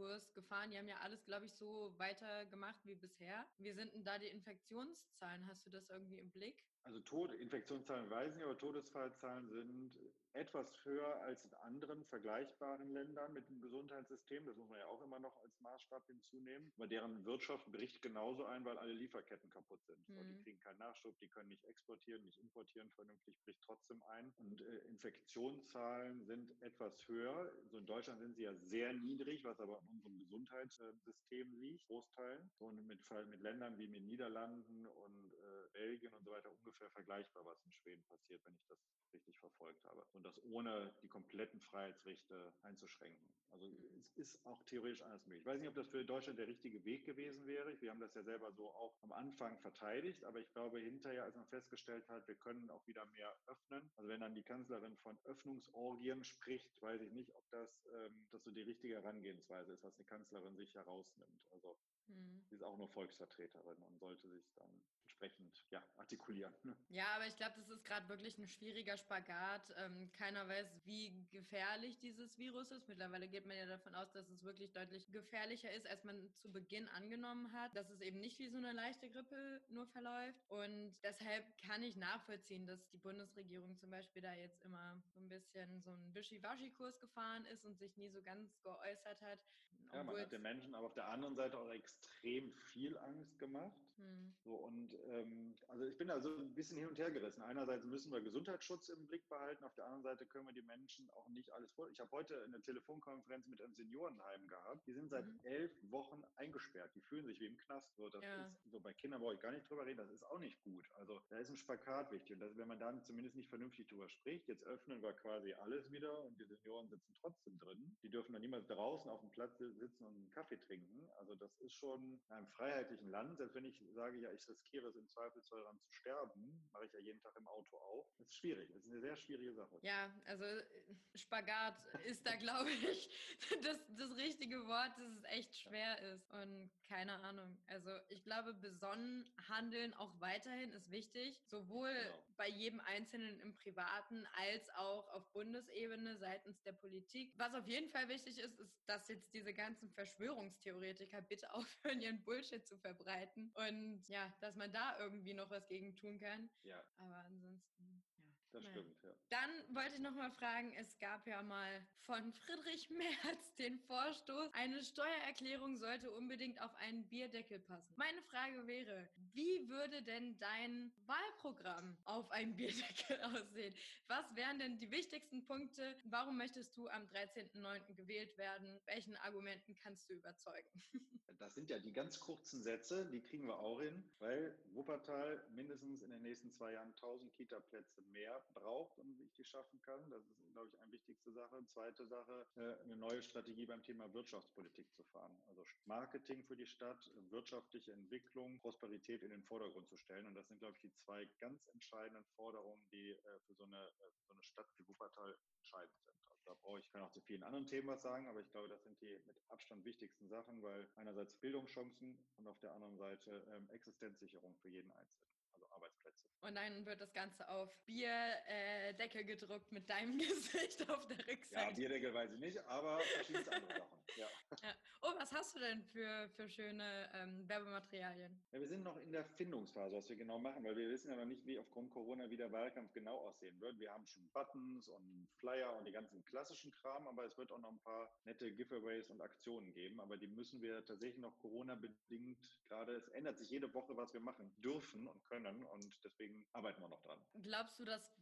[SPEAKER 1] Wischiwaschi-Kurs gefahren. Die haben ja alles, glaube ich, so weitergemacht wie bisher. Wie sind denn da die Infektionszahlen? Hast du das irgendwie im Blick?
[SPEAKER 2] Also Tod, Infektionszahlen weiß ich nicht, aber Todesfallzahlen sind etwas höher als in anderen vergleichbaren Ländern mit dem Gesundheitssystem. Das muss man ja auch immer noch als Maßstab hinzunehmen. Aber deren Wirtschaft bricht genauso ein, weil alle Lieferketten kaputt sind.
[SPEAKER 1] Mhm.
[SPEAKER 2] So, die kriegen keinen Nachschub, die können nicht exportieren, nicht importieren vernünftig, bricht trotzdem ein. Und äh, Infektionszahlen sind etwas höher. So in Deutschland sind sie ja sehr niedrig, was aber an unserem Gesundheitssystem liegt, Großteilen. So, und mit, mit Ländern wie mit Niederlanden und äh, Belgien und so weiter ungefähr vergleichbar, was in Schweden passiert, wenn ich das richtig verfolgt habe. Und das ohne die kompletten Freiheitsrechte einzuschränken. Also
[SPEAKER 1] Mhm.
[SPEAKER 2] es ist auch theoretisch alles möglich. Ich weiß nicht, ob das für Deutschland der richtige Weg gewesen wäre. Wir haben das ja selber so auch am Anfang verteidigt, aber ich glaube hinterher, als man festgestellt hat, wir können auch wieder mehr öffnen. Also wenn dann die Kanzlerin von Öffnungsorgien spricht, weiß ich nicht, ob das, ähm, das so die richtige Herangehensweise ist, was die Kanzlerin sich herausnimmt. Also
[SPEAKER 1] Mhm.
[SPEAKER 2] sie ist auch nur Volksvertreterin und sollte sich dann entsprechend ja, artikulieren.
[SPEAKER 1] Ja, aber ich glaube, das ist gerade wirklich ein schwieriger Spagat. Ähm, keiner weiß, wie gefährlich dieses Virus ist. Mittlerweile geht man ja davon aus, dass es wirklich deutlich gefährlicher ist, als man zu Beginn angenommen hat. Dass es eben nicht wie so eine leichte Grippe nur verläuft. Und deshalb kann ich nachvollziehen, dass die Bundesregierung zum Beispiel da jetzt immer so ein bisschen so einen Wischiwaschi-Kurs gefahren ist und sich nie so ganz geäußert hat.
[SPEAKER 2] Ja, man hat
[SPEAKER 1] Obwohl's-
[SPEAKER 2] den Menschen aber auf der anderen Seite auch extrem viel Angst gemacht.
[SPEAKER 1] Hm.
[SPEAKER 2] So, und ähm, also ich bin da so ein bisschen hin und her gerissen. Einerseits müssen wir Gesundheitsschutz im Blick behalten, auf der anderen Seite können wir die Menschen auch nicht alles vor. Ich habe heute eine Telefonkonferenz mit einem Seniorenheim gehabt. Die sind seit
[SPEAKER 1] Mhm.
[SPEAKER 2] elf Wochen eingesperrt. Die fühlen sich wie im Knast. So, das
[SPEAKER 1] Ja.
[SPEAKER 2] ist, so bei Kindern brauche ich gar nicht drüber reden, das ist auch nicht gut. Also da ist ein Spagat wichtig. Und das, wenn man dann zumindest nicht vernünftig drüber spricht, jetzt öffnen wir quasi alles wieder und die Senioren sitzen trotzdem drin. Die dürfen dann niemals draußen auf dem Platz sitzen und einen Kaffee trinken. Also das ist schon in einem freiheitlichen Land, selbst wenn ich sage, ja, ich riskiere es im Zweifelsfall daran zu sterben, mache ich ja jeden Tag im Auto auch. Das ist schwierig, das ist eine sehr schwierige Sache.
[SPEAKER 1] Ja, also äh, Spagat ist da, glaube ich, das, das richtige Wort, dass es echt schwer ist. Und keine Ahnung. Also ich glaube, besonnen handeln auch weiterhin ist wichtig, sowohl
[SPEAKER 2] Genau.
[SPEAKER 1] bei jedem Einzelnen im Privaten als auch auf Bundesebene seitens der Politik. Was auf jeden Fall wichtig ist, ist, dass jetzt diese ganzen Verschwörungstheoretiker bitte aufhören, ihren Bullshit zu verbreiten und ja, dass man da irgendwie noch was gegen tun kann.
[SPEAKER 2] Ja,
[SPEAKER 1] Aber ansonsten, ja.
[SPEAKER 2] das
[SPEAKER 1] Naja.
[SPEAKER 2] stimmt, ja.
[SPEAKER 1] Dann wollte ich noch mal fragen, es gab ja mal von Friedrich Merz den Vorstoß, eine Steuererklärung sollte unbedingt auf einen Bierdeckel passen. Meine Frage wäre, wie würde denn dein Wahlprogramm auf einem Bierdeckel aussehen? Was wären denn die wichtigsten Punkte? Warum möchtest du am dreizehnten neunten gewählt werden? Welchen Argumenten kannst du überzeugen?
[SPEAKER 2] Das sind ja die ganz kurzen Sätze, die kriegen wir auch hin, weil Wuppertal mindestens in den nächsten zwei Jahren tausend Kita-Plätze mehr braucht und ich die schaffen kann. Das ist, glaube ich, eine wichtigste Sache. Zweite Sache, eine neue Strategie beim Thema Wirtschaftspolitik zu fahren. Also Marketing für die Stadt, wirtschaftliche Entwicklung, Prosperität in den Vordergrund zu stellen. Und das sind, glaube ich, die zwei ganz entscheidenden Forderungen, die für so eine, für so eine Stadt wie Wuppertal entscheidend sind. Also da brauche ich, kann auch zu vielen anderen Themen was sagen, aber ich glaube, das sind die mit Abstand wichtigsten Sachen, weil einerseits Bildungschancen und auf der anderen Seite ähm, Existenzsicherung für jeden Einzelnen, also Arbeitsplätze.
[SPEAKER 1] Und dann wird das Ganze auf Bierdeckel äh, gedruckt mit deinem Gesicht auf der Rückseite.
[SPEAKER 2] Ja, Bierdeckel weiß ich nicht, aber verschiedene andere Sachen. Ja.
[SPEAKER 1] Ja. Oh, was hast du denn für, für schöne ähm, Werbematerialien?
[SPEAKER 2] Ja, wir sind noch in der Findungsphase, was wir genau machen, weil wir wissen ja noch nicht, wie aufgrund Corona wie der Wahlkampf genau aussehen wird. Wir haben schon Buttons und Flyer und die ganzen klassischen Kram, aber es wird auch noch ein paar nette Giveaways und Aktionen geben, aber die müssen wir tatsächlich noch Corona-bedingt gerade, es ändert sich jede Woche, was wir machen dürfen und können und deswegen arbeiten wir noch dran.
[SPEAKER 1] Glaubst du, dass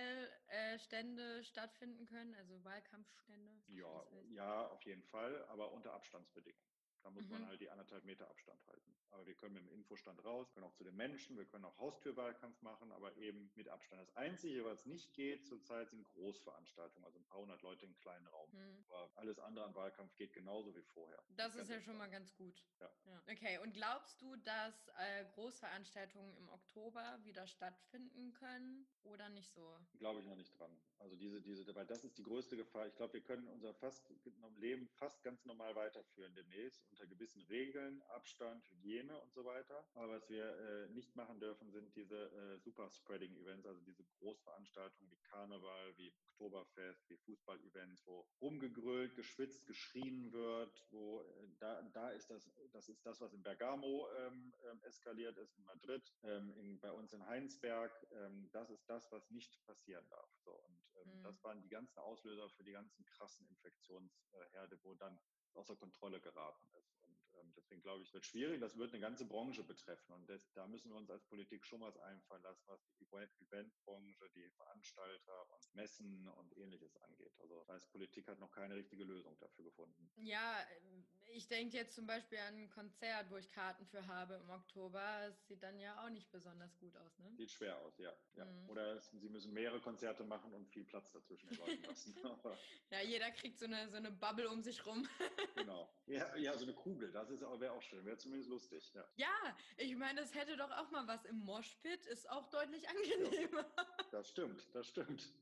[SPEAKER 1] Wahlstände stattfinden können, also Wahlkampfstände?
[SPEAKER 2] Ja,
[SPEAKER 1] Das heißt?
[SPEAKER 2] ja, auf jeden Fall, aber unter Abstandsbedingungen. Da muss man
[SPEAKER 1] Mhm.
[SPEAKER 2] halt die anderthalb Meter Abstand halten. Aber wir können mit dem Infostand raus, können auch zu den Menschen, wir können auch Haustürwahlkampf machen, aber eben mit Abstand. Das Einzige, was nicht geht zurzeit, sind Großveranstaltungen, also ein paar hundert Leute im kleinen Raum.
[SPEAKER 1] Mhm.
[SPEAKER 2] Aber alles andere an Wahlkampf geht genauso wie vorher.
[SPEAKER 1] Das ist ja
[SPEAKER 2] entspannt.
[SPEAKER 1] schon mal ganz gut.
[SPEAKER 2] Ja.
[SPEAKER 1] Ja. Okay, und glaubst du, dass äh, Großveranstaltungen im Oktober wieder stattfinden können oder nicht so?
[SPEAKER 2] Glaube ich noch nicht dran. Also diese, diese, weil das ist die größte Gefahr. Ich glaube, wir können unser fast Leben fast ganz normal weiterführen demnächst. unter gewissen Regeln, Abstand, Hygiene und so weiter. Aber was wir äh, nicht machen dürfen, sind diese äh, Super-Spreading-Events, also diese Großveranstaltungen wie Karneval, wie Oktoberfest, wie Fußball-Events, wo rumgegrölt, geschwitzt, geschrien wird, wo äh, da, da ist das, das ist das, was in Bergamo ähm, ähm, eskaliert ist, in Madrid, ähm, in, bei uns in Heinsberg. Ähm, das ist das, was nicht passieren darf. So, und ähm,
[SPEAKER 1] Mhm.
[SPEAKER 2] das waren die ganzen Auslöser für die ganzen krassen Infektionsherde, wo dann außer Kontrolle geraten ist. Und ähm, deswegen glaube ich, wird schwierig. Das wird eine ganze Branche betreffen. Und das, da müssen wir uns als Politik schon was einfallen lassen, was die Eventbranche, die Veranstalter und Messen und Ähnliches angeht. Also das heißt, Politik hat noch keine richtige Lösung dafür gefunden.
[SPEAKER 1] Ja, ich denke jetzt zum Beispiel an ein Konzert, wo ich Karten für habe im Oktober. Es sieht dann ja auch nicht besonders gut aus, ne?
[SPEAKER 2] Sieht schwer aus, ja. ja.
[SPEAKER 1] Mhm.
[SPEAKER 2] Oder es, sie müssen mehrere Konzerte machen und viel Platz dazwischen den Leuten lassen.
[SPEAKER 1] Ja, jeder kriegt so eine, so eine Bubble um sich rum.
[SPEAKER 2] Genau. Ja, ja, so eine Kugel, das wäre auch schön, wäre zumindest lustig. Ja,
[SPEAKER 1] Ja, ich meine, das hätte doch auch mal was im Moshpit, ist auch deutlich angenehmer.
[SPEAKER 2] das stimmt, das stimmt.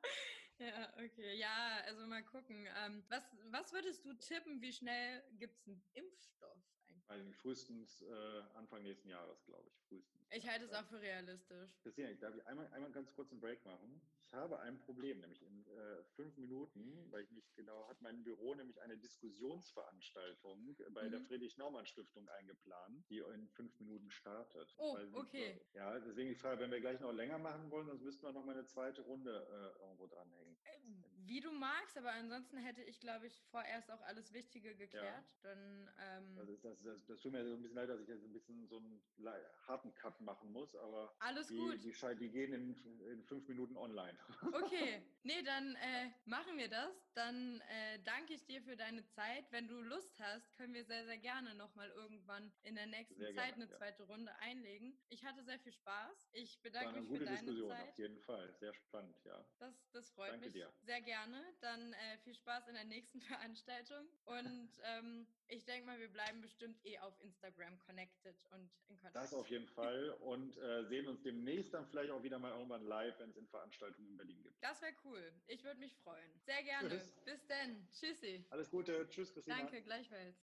[SPEAKER 1] Ja, okay. Ja, also mal gucken. Ähm, was, was würdest du tippen, wie schnell gibt es einen Impfstoff eigentlich?
[SPEAKER 2] Also frühestens äh, Anfang nächsten Jahres, glaube ich. Frühestens.
[SPEAKER 1] Ich
[SPEAKER 2] ja.
[SPEAKER 1] halte es auch für realistisch.
[SPEAKER 2] Christina, ich darf ich einmal, einmal ganz kurz einen Break machen. Ich habe ein Problem, nämlich in äh, fünf Minuten, weil ich nicht genau, hat mein Büro nämlich eine Diskussionsveranstaltung bei
[SPEAKER 1] Mhm.
[SPEAKER 2] der Friedrich-Naumann-Stiftung eingeplant, die in fünf Minuten startet.
[SPEAKER 1] Oh,
[SPEAKER 2] weil,
[SPEAKER 1] okay.
[SPEAKER 2] Ja, deswegen die Frage, wenn wir gleich noch länger machen wollen, sonst müssten wir noch mal eine zweite Runde äh, irgendwo dranhängen.
[SPEAKER 1] Wie du magst, aber ansonsten hätte ich, glaube ich, vorerst auch alles Wichtige geklärt.
[SPEAKER 2] Ja.
[SPEAKER 1] Dann, ähm,
[SPEAKER 2] Das, ist, das, das, das tut mir so ein bisschen leid, dass ich jetzt ein bisschen so einen harten Cut machen muss, aber
[SPEAKER 1] alles
[SPEAKER 2] die,
[SPEAKER 1] gut.
[SPEAKER 2] die, die, die gehen in, in fünf Minuten online.
[SPEAKER 1] Okay, nee, dann äh, machen wir das. Dann äh, danke ich dir für deine Zeit. Wenn du Lust hast, können wir sehr, sehr gerne nochmal irgendwann in der nächsten
[SPEAKER 2] Sehr
[SPEAKER 1] Zeit
[SPEAKER 2] gerne,
[SPEAKER 1] eine
[SPEAKER 2] ja.
[SPEAKER 1] zweite Runde einlegen. Ich hatte sehr viel Spaß. Ich
[SPEAKER 2] War
[SPEAKER 1] bedanke
[SPEAKER 2] eine
[SPEAKER 1] mich für
[SPEAKER 2] gute
[SPEAKER 1] deine
[SPEAKER 2] Diskussion,
[SPEAKER 1] Zeit.
[SPEAKER 2] auf jeden Fall. Sehr spannend, ja.
[SPEAKER 1] Das, das freut
[SPEAKER 2] Danke
[SPEAKER 1] mich
[SPEAKER 2] dir.
[SPEAKER 1] sehr gerne. Dann äh, viel Spaß in der nächsten Veranstaltung. Und ähm, ich denke mal, wir bleiben bestimmt eh auf Instagram connected und in Kontakt.
[SPEAKER 2] Das auf jeden Fall und äh, sehen uns demnächst dann vielleicht auch wieder mal irgendwann live, wenn es in Veranstaltungen in Berlin gibt.
[SPEAKER 1] Das wäre cool. Ich würde mich freuen. Sehr gerne.
[SPEAKER 2] Tschüss.
[SPEAKER 1] Bis dann. Tschüssi.
[SPEAKER 2] Alles Gute. Tschüss, Christina.
[SPEAKER 1] Danke, gleichfalls.